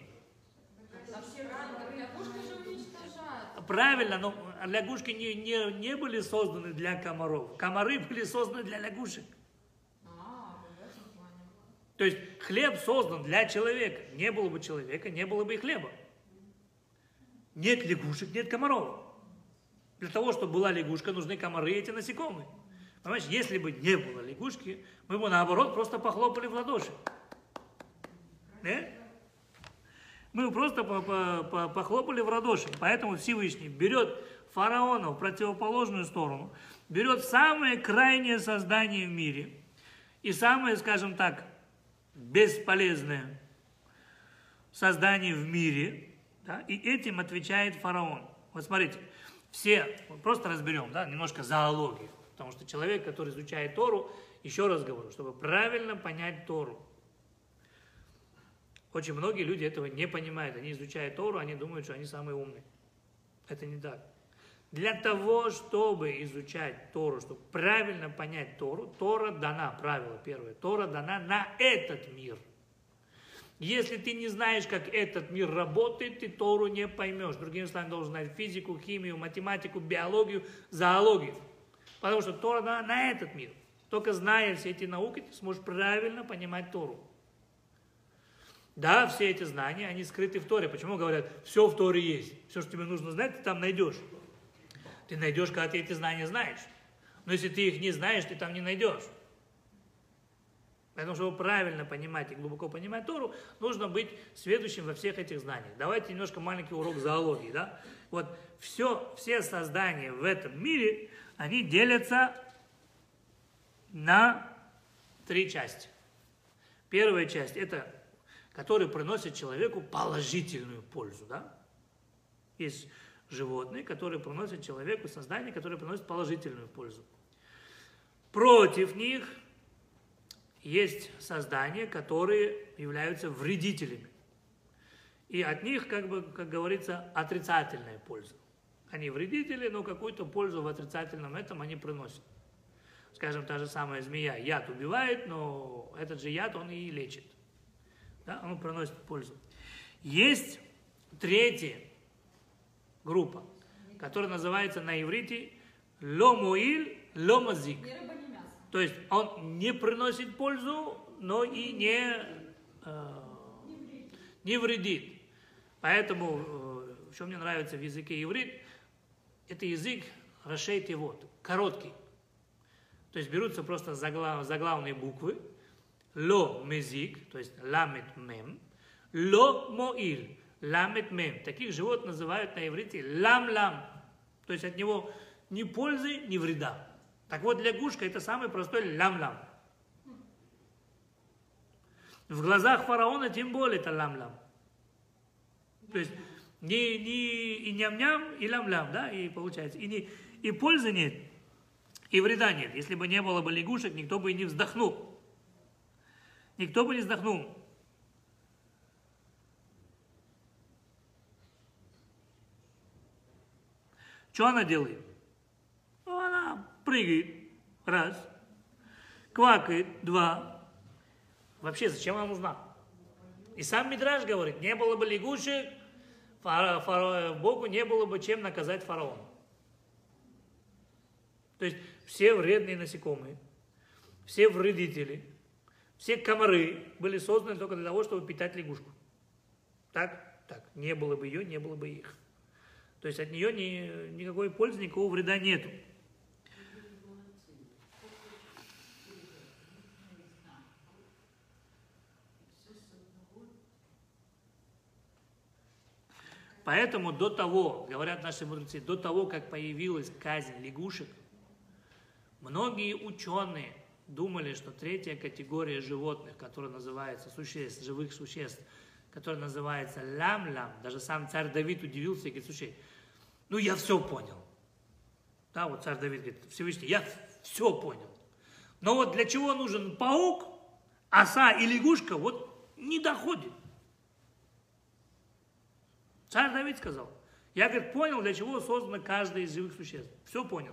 Лягушки же уничтожают. Правильно, но лягушки не, не, не были созданы для комаров. Комары были созданы для лягушек. А, в этом плане. То есть, хлеб создан для человека. Не было бы человека, не было бы и хлеба. Нет лягушек, нет комаров. Для того, чтобы была лягушка, нужны комары и эти насекомые. Понимаешь, если бы не было лягушки, мы бы наоборот просто похлопали в ладоши. Да? Мы бы просто похлопали в ладоши. Поэтому Всевышний берет фараона в противоположную сторону, берет самое крайнее создание в мире и самое, скажем так, бесполезное создание в мире, да, и этим отвечает фараон. Вот смотрите, все, вот просто разберем, да, немножко зоологию, потому что человек, который изучает Тору, еще раз говорю, чтобы правильно понять Тору, Очень многие люди этого не понимают. Они изучают Тору, они думают, что они самые умные. Это не так. Для того, чтобы изучать Тору, чтобы правильно понять Тору, Тора дана, правило первое, Тора дана на этот мир. Если ты не знаешь, как этот мир работает, ты Тору не поймешь. Другими словами, должен знать физику, химию, математику, биологию, зоологию. Потому что Тора дана на этот мир. Только зная все эти науки, ты сможешь правильно понимать Тору. Да, все эти знания, они скрыты в Торе. Почему говорят, все в Торе есть. Все, что тебе нужно знать, ты там найдешь. Ты найдешь, когда ты эти знания знаешь. Но если ты их не знаешь, ты там не найдешь. Поэтому, чтобы правильно понимать и глубоко понимать Тору, нужно быть сведущим во всех этих знаниях. Давайте немножко маленький урок зоологии. Да? Вот все, все создания в этом мире, они делятся на три части. Первая часть – это, которые приносят человеку положительную пользу. Да? Есть животные, которые приносят человеку создания, которые приносят положительную пользу. Против них есть создания, которые являются вредителями. И от них, как бы, как говорится, отрицательная польза. Они вредители, но какую-то пользу в отрицательном этом они приносят. Скажем, та же самая змея. Яд убивает, но этот же яд, он и лечит. Да? Он приносит пользу. Есть третья группа, которая называется на иврите ломоиль ломазик. То есть он не приносит пользу, но и не, э, не вредит. Поэтому, э, что мне нравится в языке иврит, это язык рашей тевот, короткий. То есть берутся просто заглав, заглавные буквы. Ло мезик, то есть ламет мем. Ло моиль, ламет мем. Таких животных называют на иврите лам-лам. То есть от него ни пользы, ни вреда. Так вот, лягушка это самый простой лам-лам. В глазах фараона тем более это лам-лам. То есть не, не, и ням-ням, и лям-лям, да, и получается. И, не, и пользы нет, и вреда нет. Если бы не было бы лягушек, никто бы и не вздохнул. Никто бы не вздохнул. Что она делает? Она прыгает, раз, квакает, два. Вообще, зачем она нужна? И сам Мидраш говорит, не было бы лягушек, фара, фара, Богу не было бы чем наказать фараона. То есть все вредные насекомые, все вредители, все комары были созданы только для того, чтобы питать лягушку. Так? Так. Не было бы ее, не было бы их. То есть от нее ни, никакой пользы, никакого вреда нету. Поэтому до того, говорят наши мудрецы, до того, как появилась казнь лягушек, многие ученые думали, что третья категория животных, которая называется существ, живых существ, которая называется лям-лям, даже сам царь Давид удивился и говорит, слушай, ну я все понял. Да, вот царь Давид говорит, Всевышний, я все понял. Но вот для чего нужен паук, оса и лягушка, вот не доходит. Царь Давид сказал, я, говорит, понял, для чего создано каждое из живых существ. Все понял.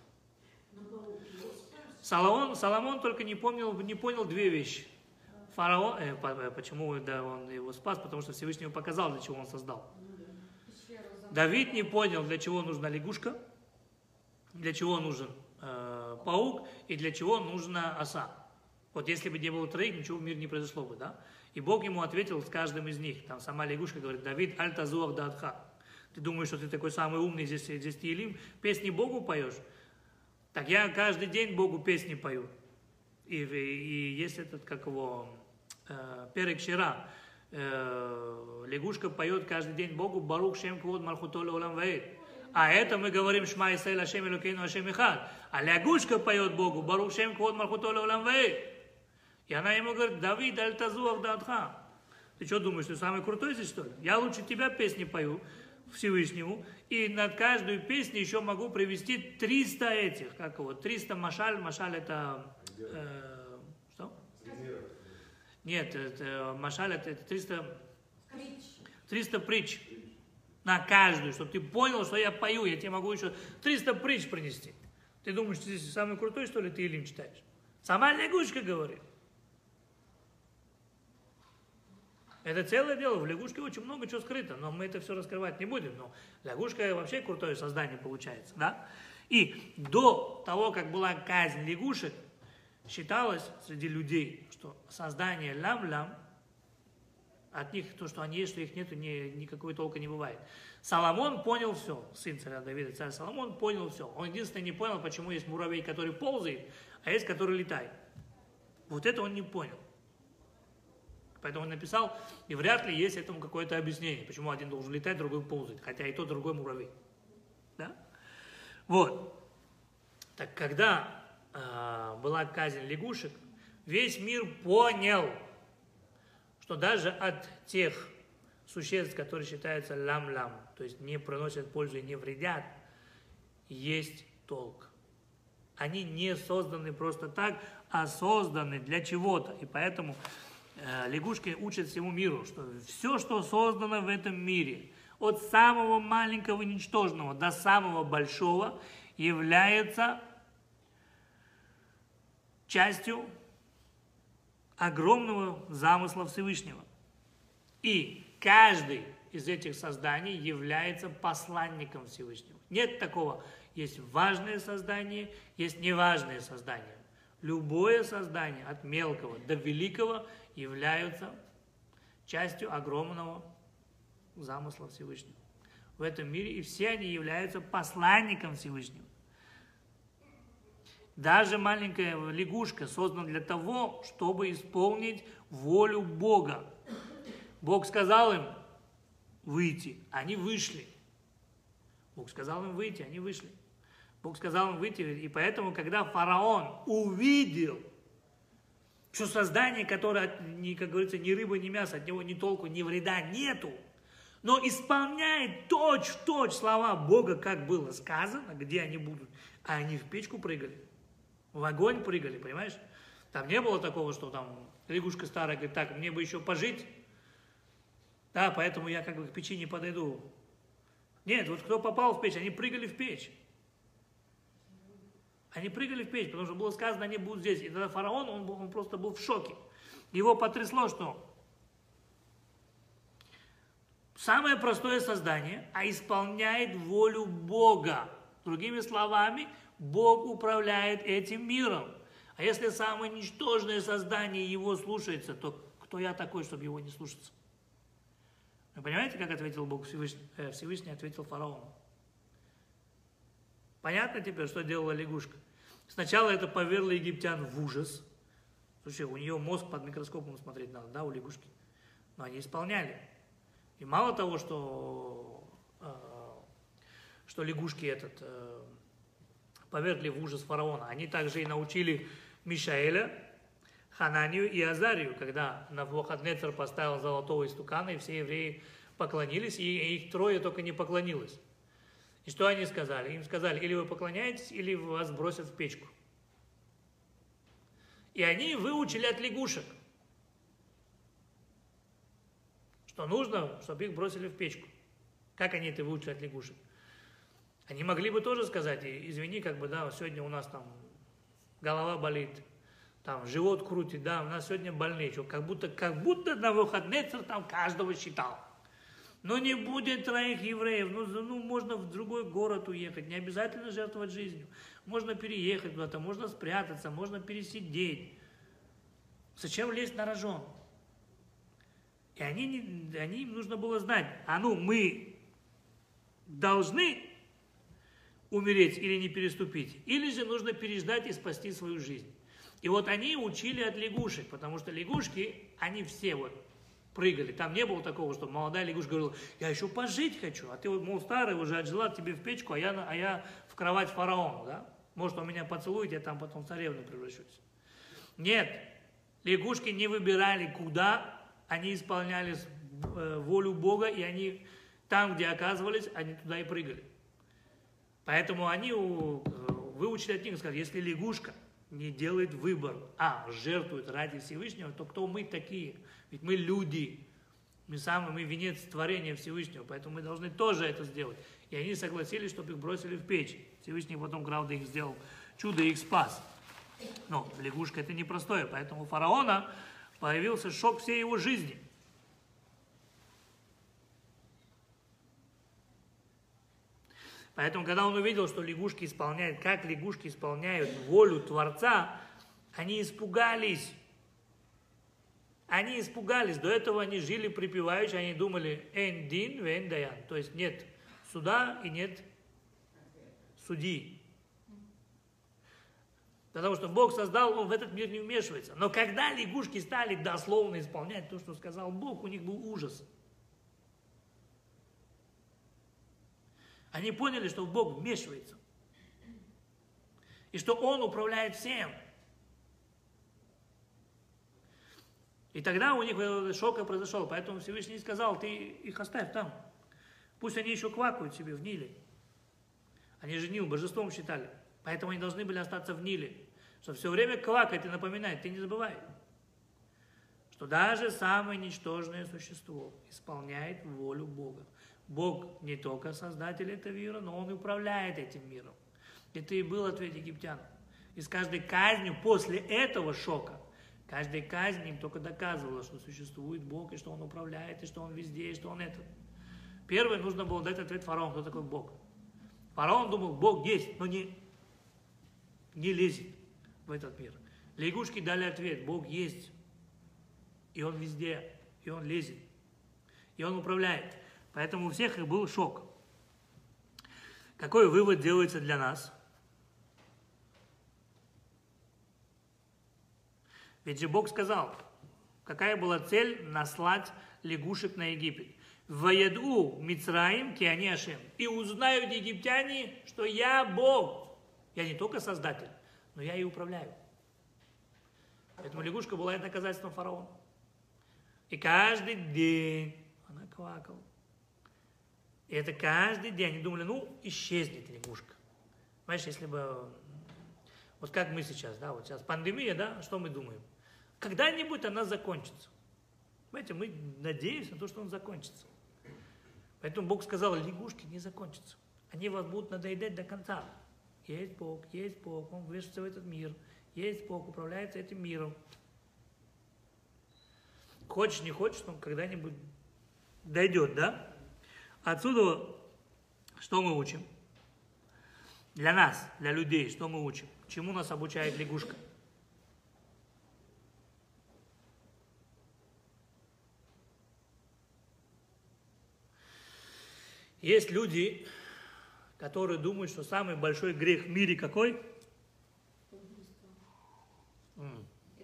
Соломон, Соломон только не, помнил, не понял две вещи. Фараон, э, почему да, он его спас? Потому что Всевышний ему показал, для чего он создал. Давид не понял, для чего нужна лягушка, для чего нужен э, паук и для чего нужна оса. Вот если бы не было троих, ничего в мире не произошло бы, да? И Бог ему ответил с каждым из них. Там сама лягушка говорит, Давид, аль-тазуах даатха. Ты думаешь, что ты такой самый умный, здесь, здесь Тиилим, песни Богу поешь? Так я каждый день Богу песни пою. И, и, и есть этот, как его, э, перек Шира. Э, лягушка поет каждый день Богу, Барух Шем Квод Малхуто Леолам Ваэд. А это мы говорим, Шма Исраэль Ашем Элокейну Ашем Эхад. А лягушка поет Богу, Барух Шем Квод Малхуто Леолам Ваэд. И она ему говорит, Давид, аль-тазуах даатха. Ты что думаешь, ты самый крутой здесь, что ли? Я лучше тебя песни пою Всевышнему, и над каждую песню еще могу привести триста этих, как его, триста машаль, машаль это, э, что? Нет, это, машаль это триста, Притч. триста притч на каждую, чтобы ты понял, что я пою, я тебе могу еще триста притч принести. Ты думаешь, ты здесь самый крутой, что ли, ты Илим читаешь? Сама лягушка говорит. Это целое дело, в лягушке очень много чего скрыто, но мы это все раскрывать не будем. Но лягушка вообще крутое создание получается, да? И до того, как была казнь лягушек, считалось среди людей, что создание лям-лям, от них то, что они есть, что их нету, ни, никакой толка не бывает. Соломон понял все, сын царя Давида, царь Соломон понял все. Он единственное не понял, почему есть муравей, который ползает, а есть, который летает. Вот это он не понял. Поэтому он написал, и вряд ли есть этому какое-то объяснение, почему один должен летать, другой ползать, хотя и тот, другой муравей. Да? Вот. Так когда э, была казнь лягушек, весь мир понял, что даже от тех существ, которые считаются лам-лам, то есть не приносят пользу и не вредят, есть толк. Они не созданы просто так, а созданы для чего-то. И поэтому э, лягушки учат всему миру, что все, что создано в этом мире, от самого маленького ничтожного до самого большого, является частью огромного замысла Всевышнего. И каждый из этих созданий является посланником Всевышнего. Нет такого. Есть важное создание, есть неважное создание. Любое создание, от мелкого до великого, является частью огромного замысла Всевышнего в этом мире. И все они являются посланником Всевышнего. Даже маленькая лягушка создана для того, чтобы исполнить волю Бога. Бог сказал им выйти, они вышли. Бог сказал им выйти, они вышли. Бог сказал им выйти, и поэтому, когда фараон увидел, что создание, которое, как говорится, ни рыба, ни мясо, от него ни толку, ни вреда нету, но исполняет точь-в-точь слова Бога, как было сказано, где они будут, а они в печку прыгали. В огонь прыгали, понимаешь? Там не было такого, что там лягушка старая говорит, так, мне бы еще пожить, да, поэтому я как бы к печи не подойду. Нет, вот кто попал в печь, они прыгали в печь. Они прыгали в печь, потому что было сказано, они будут здесь. И тогда фараон, он, он просто был в шоке. Его потрясло, что самое простое создание, а исполняет волю Бога. Другими словами, Бог управляет этим миром. А если самое ничтожное создание его слушается, то кто я такой, чтобы его не слушаться? Вы понимаете, как ответил Бог Всевышний? Э, Всевышний ответил фараону. Понятно теперь, что делала лягушка? Сначала это повергло египтян в ужас. Слушай, у нее мозг под микроскопом смотреть надо, да, у лягушки? Но они исполняли. И мало того, что, э, что лягушки этот... Э, повергли в ужас фараона. Они также и научили Мишаэля, Хананию и Азарию, когда Навуходоносор поставил золотого истукана, и все евреи поклонились, и их трое только не поклонилось. И что они сказали? Им сказали, или вы поклоняетесь, или вас бросят в печку. И они выучили от лягушек, что нужно, чтобы их бросили в печку. Как они это выучили от лягушек? Они могли бы тоже сказать, извини, как бы, да, сегодня у нас там голова болит, там живот крутит, да, у нас сегодня больные, что, как будто, как будто Навуходоносор там каждого считал. Но не будет троих евреев, ну, ну, можно в другой город уехать, не обязательно жертвовать жизнью. Можно переехать куда-то, можно спрятаться, можно пересидеть. Зачем лезть на рожон? И они, они, им нужно было знать, а ну, мы должны умереть или не переступить, или же нужно переждать и спасти свою жизнь. И вот они учили от лягушек, потому что лягушки, они все вот прыгали. Там не было такого, что молодая лягушка говорила, я еще пожить хочу, а ты, мол, старый уже отжила тебе в печку, а я, а я в кровать фараона, да? Может, он меня поцелует, я там потом в царевну превращусь. Нет, лягушки не выбирали, куда, они исполняли волю Бога, и они там, где оказывались, они туда и прыгали. Поэтому они выучили от них, сказали, если лягушка не делает выбор, а жертвует ради Всевышнего, то кто мы такие? Ведь мы люди, мы самые, мы венец творения Всевышнего, поэтому мы должны тоже это сделать. И они согласились, чтобы их бросили в печь. Всевышний потом, правда, их сделал чудо, их спас. Но лягушка это непростое, поэтому у фараона появился шок всей его жизни. Поэтому, когда он увидел, что лягушки исполняют, как лягушки исполняют волю Творца, они испугались. Они испугались. До этого они жили припеваючи, они думали «эн дин вен даян», то есть нет суда и нет судьи. Потому что Бог создал, Он в этот мир не вмешивается. Но когда лягушки стали дословно исполнять то, что сказал Бог, у них был ужас. Они поняли, что Бог вмешивается. И что Он управляет всем. И тогда у них шок произошел. Поэтому Всевышний сказал, ты их оставь там. Пусть они еще квакают себе в Ниле. Они же Нил божеством считали. Поэтому они должны были остаться в Ниле. Что все время квакает и напоминает. Ты не забывай, что даже самое ничтожное существо исполняет волю Бога. Бог не только создатель этого мира, но Он управляет этим миром. Это и был ответ египтян. И с каждой казнью после этого шока, каждой казни им только доказывало, что существует Бог, и что Он управляет, и что Он везде, и что Он это. Первое нужно было дать ответ фараону, кто такой Бог. Фараон думал, Бог есть, но не, не лезет в этот мир. Лягушки дали ответ, Бог есть, и Он везде, и Он лезет, и Он управляет. Поэтому у всех их был шок. Какой вывод делается для нас? Ведь же Бог сказал, какая была цель наслать лягушек на Египет. «Ваяду Мицраим киани Ашем». И узнают египтяне, что я Бог. Я не только создатель, но я и управляю. Поэтому лягушка была доказательством фараона. И каждый день она квакала. И это каждый день. Они думали, ну, исчезнет лягушка. Понимаешь, если бы... Вот как мы сейчас, да, вот сейчас пандемия, да, что мы думаем? Когда-нибудь она закончится. Понимаете, мы надеемся на то, что она закончится. Поэтому Бог сказал, лягушки не закончатся. Они вас будут надоедать до конца. Есть Бог, есть Бог, Он вмешивается в этот мир. Есть Бог, управляется этим миром. Хочешь, не хочешь, но когда-нибудь дойдет, да? Отсюда что мы учим? Для нас, для людей, что мы учим? Чему нас обучает лягушка? Есть люди, которые думают, что самый большой грех в мире какой? Mm.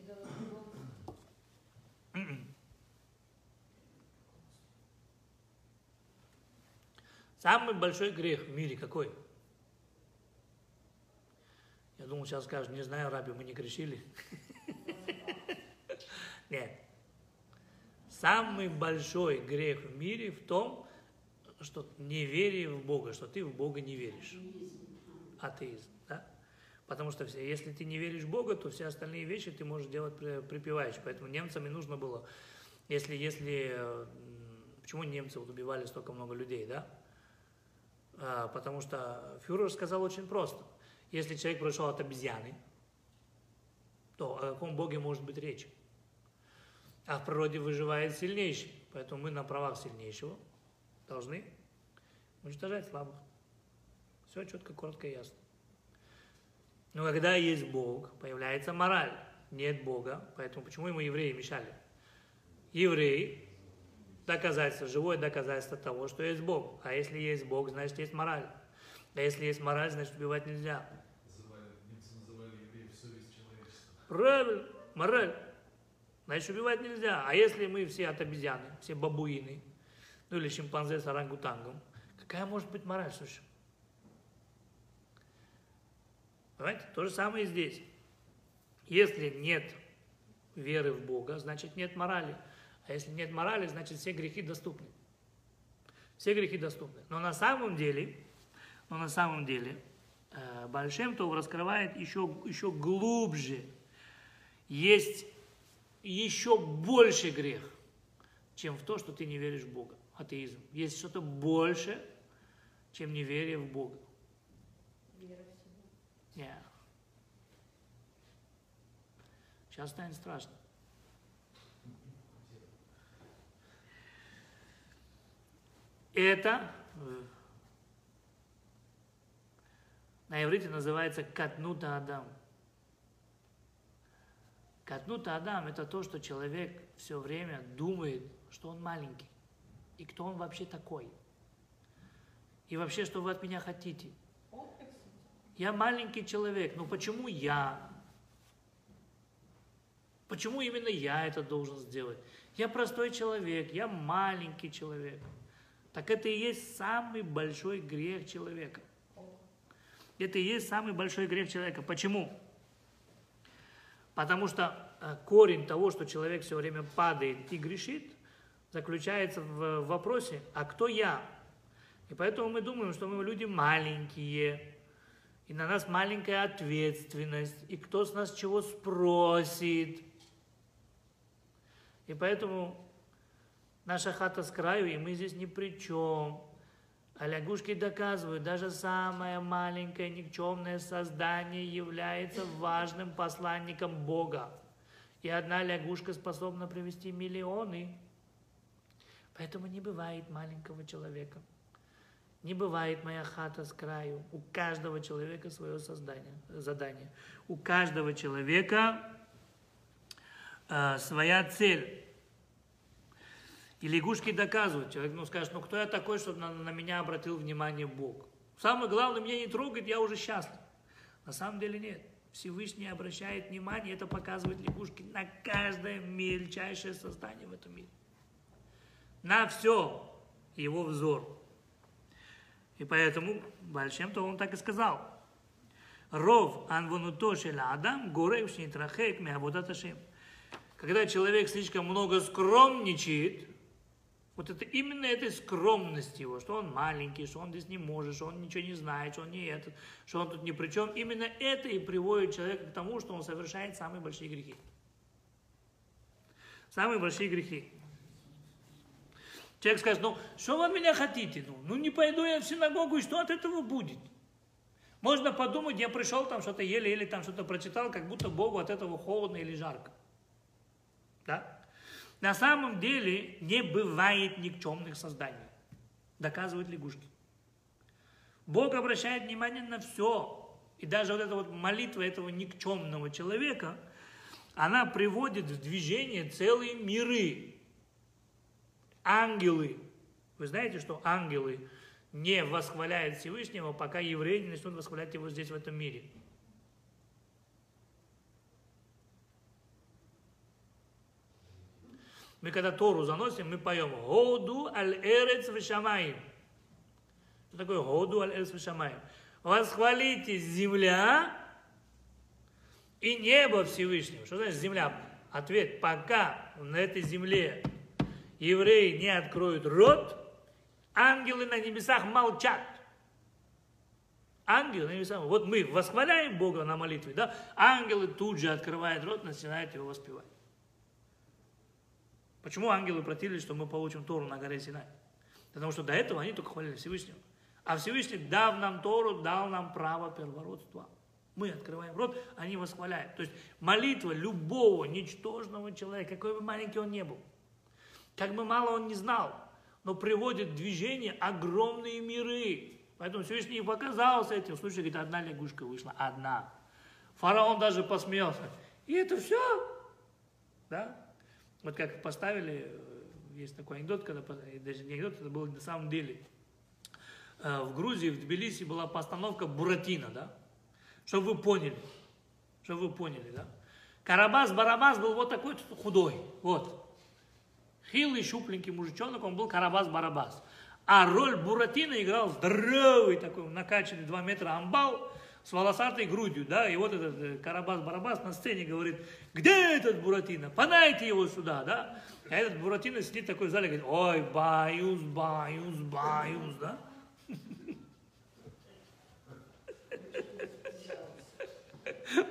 Самый большой грех в мире какой? Я думал, сейчас скажут, не знаю, Раби, мы не грешили. Нет. Самый большой грех в мире в том, что неверие в Бога, что ты в Бога не веришь. Атеизм, да? Потому что все, если ты не веришь в Бога, то все остальные вещи ты можешь делать припеваючи. Поэтому немцам и нужно было, если, если, почему немцы вот убивали столько много людей, да? А, потому что фюрер сказал очень просто. Если человек пришел от обезьяны, то о каком Боге может быть речь? А в природе выживает сильнейший. Поэтому мы на правах сильнейшего должны уничтожать слабых. Все четко, коротко и ясно. Но когда есть Бог, появляется мораль. Нет Бога, поэтому почему ему евреи мешали? Евреи – доказательство, живое доказательство того, что есть Бог. А если есть Бог, значит есть мораль. А если есть мораль, значит убивать нельзя. Немцы называли евреев совесть человечества. Правильно, мораль. Значит убивать нельзя. А если мы все от обезьяны, все бабуины, ну или шимпанзе с орангутангом, какая может быть мораль, слушай? Понимаете? То же самое и здесь. Если нет веры в Бога, значит нет морали. А если нет морали, значит все грехи доступны. Все грехи доступны. Но на самом деле, но на самом деле, Бааль Шем Тов раскрывает еще, еще глубже. Есть еще больше грех, чем в то, что ты не веришь в Бога. Атеизм. Есть что-то больше, чем неверие в Бога. Вера в себя. Нет. Сейчас станет страшно. Это на иврите называется катнута Адам. Катнута Адам – это то, что человек все время думает, что он маленький. И кто он вообще такой. И вообще, что вы от меня хотите. Я маленький человек, но почему я? Почему именно я это должен сделать? Я простой человек, я маленький человек. Так это и есть самый большой грех человека. Это и есть самый большой грех человека. Почему? Потому что корень того, что человек все время падает и грешит, заключается в вопросе, а кто я? И поэтому мы думаем, что мы люди маленькие, и на нас маленькая ответственность, и кто с нас чего спросит. И поэтому наша хата с краю, и мы здесь ни при чем. А лягушки доказывают, даже самое маленькое никчемное создание является важным посланником Бога. И одна лягушка способна привести миллионы. Поэтому не бывает маленького человека. Не бывает моя хата с краю. У каждого человека свое создание, задание. У каждого человека э, своя цель. И лягушки доказывают. Человек ну, скажет, ну кто я такой, чтобы на, на меня обратил внимание Бог? Самое главное, меня не трогает, я уже счастлив. На самом деле нет. Всевышний обращает внимание, это показывает лягушки на каждое мельчайшее создание в этом мире. На все его взор. И поэтому Бааль Шем Тов он так и сказал. Ров анвонуто шел адам горев шнитрахек меаводат Ашем. Когда человек слишком много скромничает, вот это именно этой скромности его, что он маленький, что он здесь не может, что он ничего не знает, что он не этот, что он тут ни при чем, именно это и приводит человека к тому, что он совершает самые большие грехи. Самые большие грехи. Человек скажет, ну, что вы от меня хотите? Ну, ну, не пойду я в синагогу, и что от этого будет? Можно подумать, я пришел там что-то еле-еле там что-то прочитал, как будто Богу от этого холодно или жарко. Да? На самом деле не бывает никчемных созданий, доказывают лягушки. Бог обращает внимание на все. И даже вот эта вот молитва этого никчемного человека, она приводит в движение целые миры. Ангелы. Вы знаете, что ангелы не восхваляют Всевышнего, пока евреи не начнут восхвалять его здесь, в этом мире. Мы когда Тору заносим, мы поем «Году аль-эрец вешамаим». Что такое «Году аль-эрец вешамаим»? Восхвалите земля и небо Всевышнего. Что значит земля? Ответ: пока на этой земле евреи не откроют рот, ангелы на небесах молчат. Ангелы на небесах. Вот мы восхваляем Бога на молитве, да? Ангелы тут же открывают рот, начинают его воспевать. Почему ангелы противились, что мы получим Тору на горе Синай? Потому что до этого они только хвалили Всевышнего. А Всевышний, дав нам Тору, дал нам право первородства. Мы открываем рот, они восхваляют. То есть молитва любого ничтожного человека, какой бы маленький он ни был, как бы мало он не знал, но приводит в движение огромные миры. Поэтому Всевышний показался этим. Слушай, говорит, одна лягушка вышла, одна. Фараон даже посмеялся. И это все? Да? Вот как поставили, есть такой анекдот, когда, даже не анекдот, это было на самом деле. В Грузии, в Тбилиси была постановка «Буратино», да? Чтобы вы поняли. Чтобы вы поняли, да? Карабас-Барабас был вот такой худой, вот. Хилый, щупленький мужичонок, он был Карабас-Барабас. А роль Буратино играл здоровый такой, накачанный два метра амбал с волосатой грудью, да, и вот этот Карабас-Барабас на сцене говорит: где этот Буратино? Подайте его сюда, да. А этот Буратино сидит такой в зале и говорит: ой, баюс, баюс, баюс, да.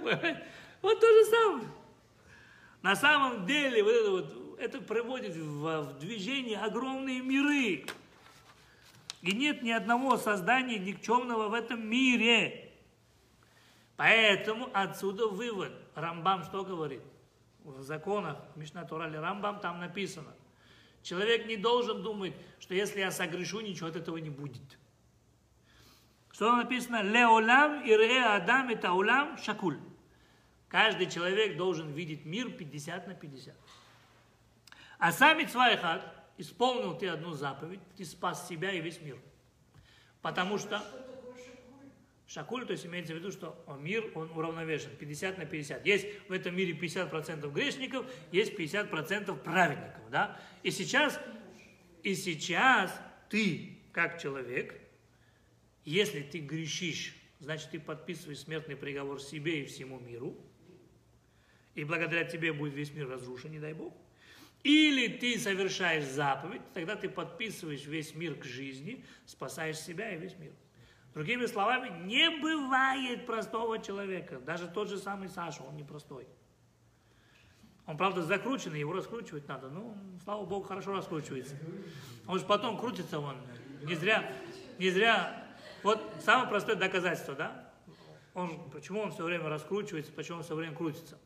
Вот то же самое. На самом деле, вот это, вот, это приводит в, в движение огромные миры. И нет ни одного создания никчемного в этом мире. Поэтому отсюда вывод. Рамбам что говорит? В законах Мишна Тора или Рамбам там написано. Человек не должен думать, что если я согрешу, ничего от этого не будет. Что написано? Леолам ире адам и таулам шакуль. Каждый человек должен видеть мир пятьдесят на пятьдесят. А сам Мицвайхат, исполнил ты одну заповедь, ты спас себя и весь мир. Потому что шакуль, то есть имеется в виду, что мир, он уравновешен, пятьдесят на пятьдесят. Есть в этом мире пятьдесят процентов грешников, есть пятьдесят процентов праведников. Да? И, сейчас, и сейчас ты, как человек, если ты грешишь, значит, ты подписываешь смертный приговор себе и всему миру, и благодаря тебе будет весь мир разрушен, не дай Бог. Или ты совершаешь заповедь, тогда ты подписываешь весь мир к жизни, спасаешь себя и весь мир. Другими словами, не бывает простого человека. Даже тот же самый Саша, он непростой. Он, правда, закрученный, его раскручивать надо. Ну, слава Богу, хорошо раскручивается. Он же потом крутится, он не зря, не зря. Вот самое простое доказательство, да? Он, почему он все время раскручивается, почему он все время крутится.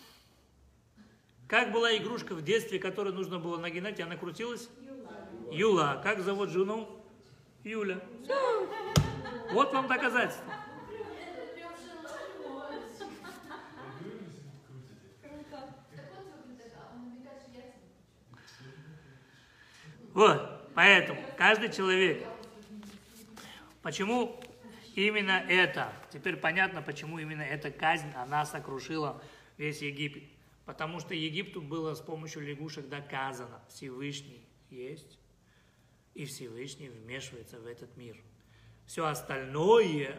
Как была игрушка в детстве, которую нужно было нагинать, и она крутилась? Юла. Юла. Как зовут жену? Юля. Все. Вот вам доказательство. Вот, поэтому каждый человек, почему именно это, теперь понятно, почему именно эта казнь, она сокрушила весь Египет. Потому что Египту было с помощью лягушек доказано, Всевышний есть, и Всевышний вмешивается в этот мир. Все остальное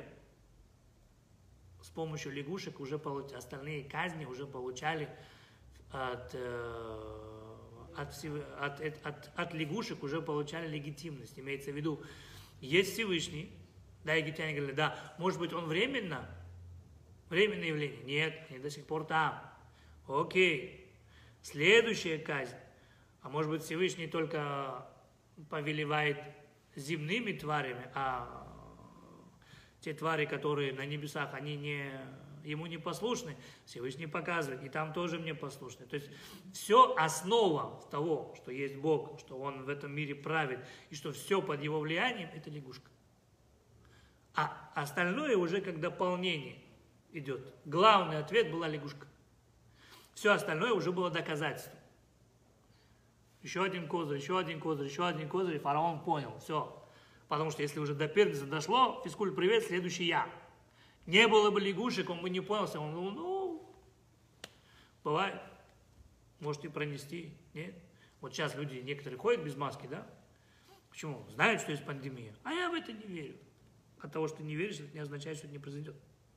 с помощью лягушек уже получали, остальные казни уже получали от, от, от, от, от лягушек, уже получали легитимность. Имеется в виду, есть Всевышний, да, египтяне говорили, да, может быть, он временно, временное явление. Нет, они до сих пор там. Окей. Следующая казнь. А может быть, Всевышний только повелевает земными тварями, а те твари, которые на небесах, они не, ему не послушны, Всевышний показывает, и там тоже мне послушны. То есть все основа того, что есть Бог, что Он в этом мире правит, и что все под Его влиянием, это лягушка. А остальное уже как дополнение идет. Главный ответ была лягушка. Все остальное уже было доказательством. Еще один козырь, еще один козырь, еще один козырь, и фараон понял, все. Потому что если уже до первенца дошло, физкуль, привет, следующий я. Не было бы лягушек, он бы не понял, он думал, ну, бывает, можете пронести, нет? Вот сейчас люди, некоторые ходят без маски, да? Почему? Знают, что есть пандемия, а я в это не верю. От того, что ты не веришь, это не означает, что это не произойдет.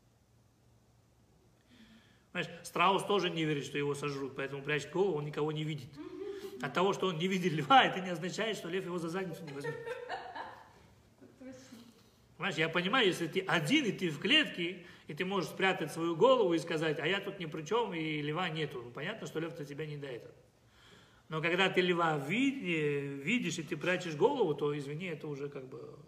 Знаешь, страус тоже не верит, что его сожрут, поэтому прячет голову, он никого не видит. От того, что он не видит льва, это не означает, что лев его за задницу не возьмет. Понимаешь, я понимаю, если ты один, и ты в клетке, и ты можешь спрятать свою голову и сказать, а я тут ни при чем, и льва нету. Ну, понятно, что лев-то тебя не дает. Но когда ты льва видишь, и ты прячешь голову, то, извини, это уже как бы...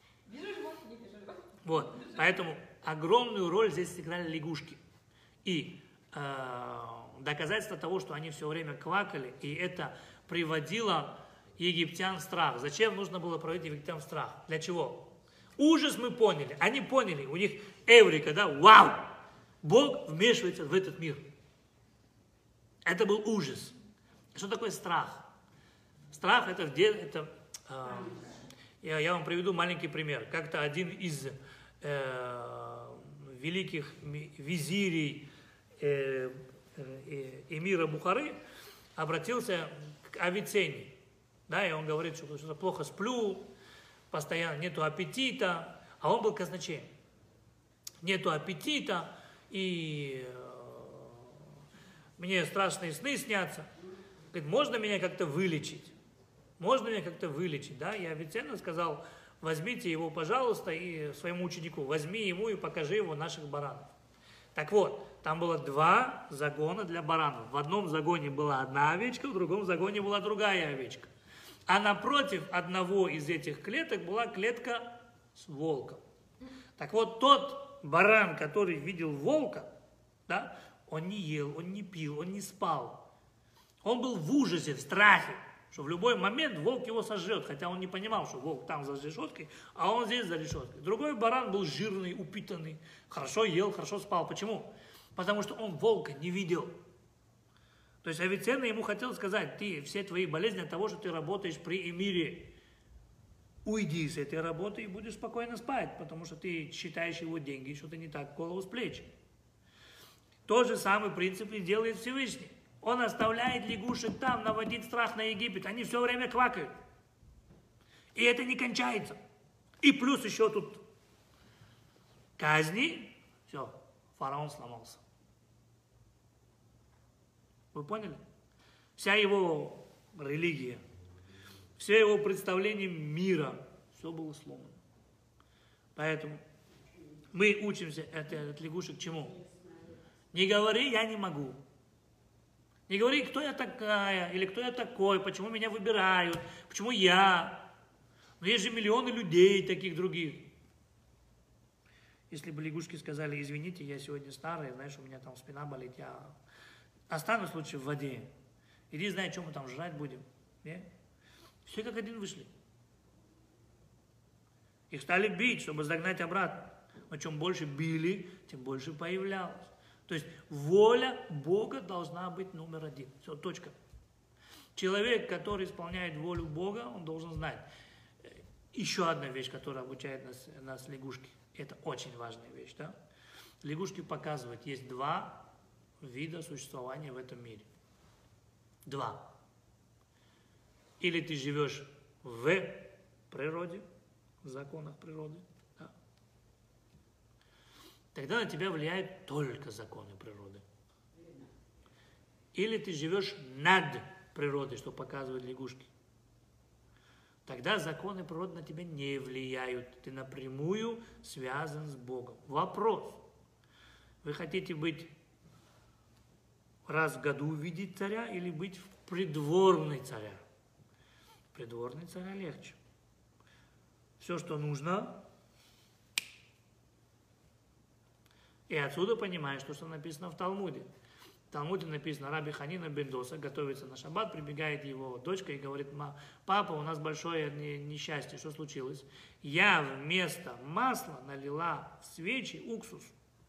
Вот, поэтому огромную роль здесь сыграли лягушки. И э, доказательство того, что они все время квакали, и это приводило египтян в страх. Зачем нужно было проводить египтян в страх? Для чего? Ужас мы поняли. Они поняли, у них эврика, да, вау! Бог вмешивается в этот мир. Это был ужас. Что такое страх? Страх это, это э, я, я вам приведу маленький пример. Как-то один из э, великих визирей э, э, эмира Бухары обратился к Авиценне. Да, и он говорит, что что-то плохо сплю, постоянно нету аппетита, а он был казначеем. Нету аппетита, и э, мне страшные сны снятся. Говорит, можно меня как-то вылечить? Можно меня как-то вылечить? Да? И Авиценна сказал, возьмите его, пожалуйста, и своему ученику, возьми ему и покажи его наших баранов. Так вот, там было два загона для баранов. В одном загоне была одна овечка, в другом загоне была другая овечка. А напротив одного из этих клеток была клетка с волком. Так вот, тот баран, который видел волка, да, он не ел, он не пил, он не спал. Он был в ужасе, в страхе, что в любой момент волк его сожрет, хотя он не понимал, что волк там за решеткой, а он здесь за решеткой. Другой баран был жирный, упитанный, хорошо ел, хорошо спал. Почему? Потому что он волка не видел. То есть Авиценна ему хотел сказать: ты, все твои болезни от того, что ты работаешь при эмире. Уйди с этой работы и будешь спокойно спать, потому что ты считаешь его деньги, что-то не так, голову с плеч. Тот же самый принцип и делает Всевышний. Он оставляет лягушек там, наводит страх на Египет. Они все время квакают. И это не кончается. И плюс еще тут казни. Все, фараон сломался. Вы поняли? Вся его религия, все его представление мира, все было сломано. Поэтому мы учимся от, от лягушек чему? Не говори «я не могу». Не говори, кто я такая, или кто я такой, почему меня выбирают, почему я. Но есть же миллионы людей таких других. Если бы лягушки сказали: извините, я сегодня старая, знаешь, у меня там спина болит, я останусь лучше в воде. Иди, знай, что мы там жрать будем. Не? Все как один вышли. Их стали бить, чтобы загнать обратно. Но чем больше били, тем больше появлялось. То есть воля Бога должна быть номер один. Все, точка. Человек, который исполняет волю Бога, он должен знать. Еще одна вещь, которая обучает нас, нас лягушки. Это очень важная вещь. Да? Лягушки показывают, есть два вида существования в этом мире. Два. Или ты живешь в природе, в законах природы, да? Тогда на тебя влияют только законы природы. Или ты живешь над природой, что показывают лягушки. Тогда законы природы на тебя не влияют. Ты напрямую связан с Богом. Вопрос. Вы хотите быть раз в году видеть царя или быть в придворной царя? Придворный царя легче. Все, что нужно. И отсюда понимаешь, что, что написано в Талмуде. В Талмуде написано: Раби Ханина бен Доса готовится на шаббат, прибегает его дочка и говорит: папа, у нас большое несчастье, что случилось? Я вместо масла налила в свечи уксус.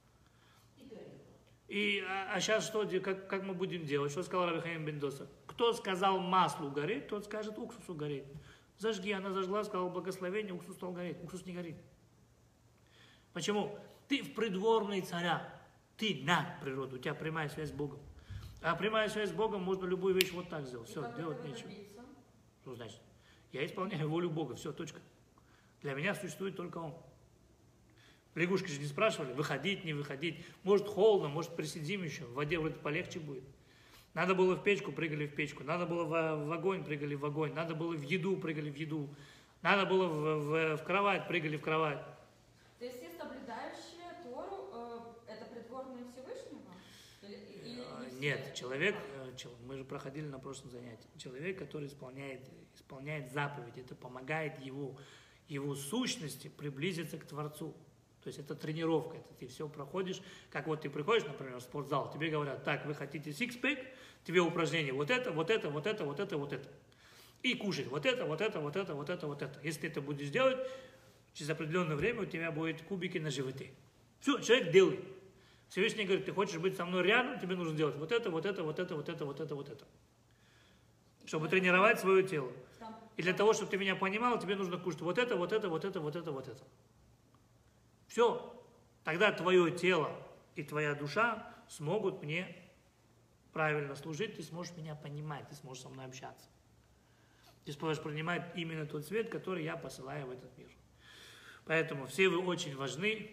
И, а, а сейчас что, как, как мы будем делать? Что сказал Раби Ханина бен Доса? Кто сказал маслу гореть, тот скажет уксусу гореть. Зажги, она зажгла, сказала благословение, уксус стал гореть. Уксус не горит. Почему? Ты в придворной царя. Ты над природой, у тебя прямая связь с Богом. А прямая связь с Богом, можно любую вещь вот так сделать. Все, делать нечего. Что значит? Я исполняю волю Бога, все, точка. Для меня существует только Он. Лягушки же не спрашивали, выходить, не выходить. Может холодно, может присидим еще, в воде вроде полегче будет. Надо было в печку, прыгали в печку. Надо было в, в огонь, прыгали в огонь. Надо было в еду, прыгали в еду. Надо было в, в, в кровать, прыгали в кровать. То есть все соблюдающие Тору, э, это придворные Всевышнего? Или, или не Нет, человек, мы же проходили на прошлом занятии, человек, который исполняет, исполняет заповедь, это помогает его, его сущности приблизиться к Творцу. То есть это тренировка, это ты все проходишь, как вот ты приходишь, например, в спортзал, тебе говорят: так, вы хотите сикспэк, тебе упражнение вот это, вот это, вот это, вот это, вот это. И кушать вот это, вот это, вот это, вот это, вот это. Если ты это будешь делать, через определенное время у тебя будут кубики на животе. Все, человек делает. Всевышний говорит: ты хочешь быть со мной рядом, тебе нужно делать вот это, вот это, вот это, вот это, вот это, вот это. Чтобы тренировать свое тело. И для того, чтобы ты меня понимал, тебе нужно кушать вот это, вот это, вот это, вот это, вот это. Все. Тогда твое тело и твоя душа смогут мне правильно служить, ты сможешь меня понимать, ты сможешь со мной общаться. Ты сможешь принимать именно тот свет, который я посылаю в этот мир. Поэтому все вы очень важны.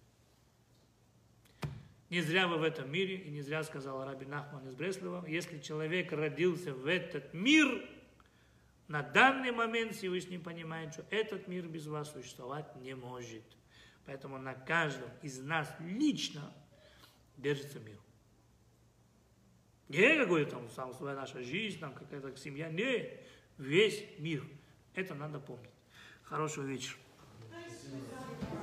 Не зря вы в этом мире, и не зря сказал Раби Нахман из Бреслова: если человек родился в этот мир, на данный момент Всевышний понимает, что этот мир без вас существовать не может. Поэтому на каждом из нас лично держится мир. Не какой-то там сам своя наша жизнь, там какая-то семья, не, весь мир. Это надо помнить. Хорошего вечера. Спасибо.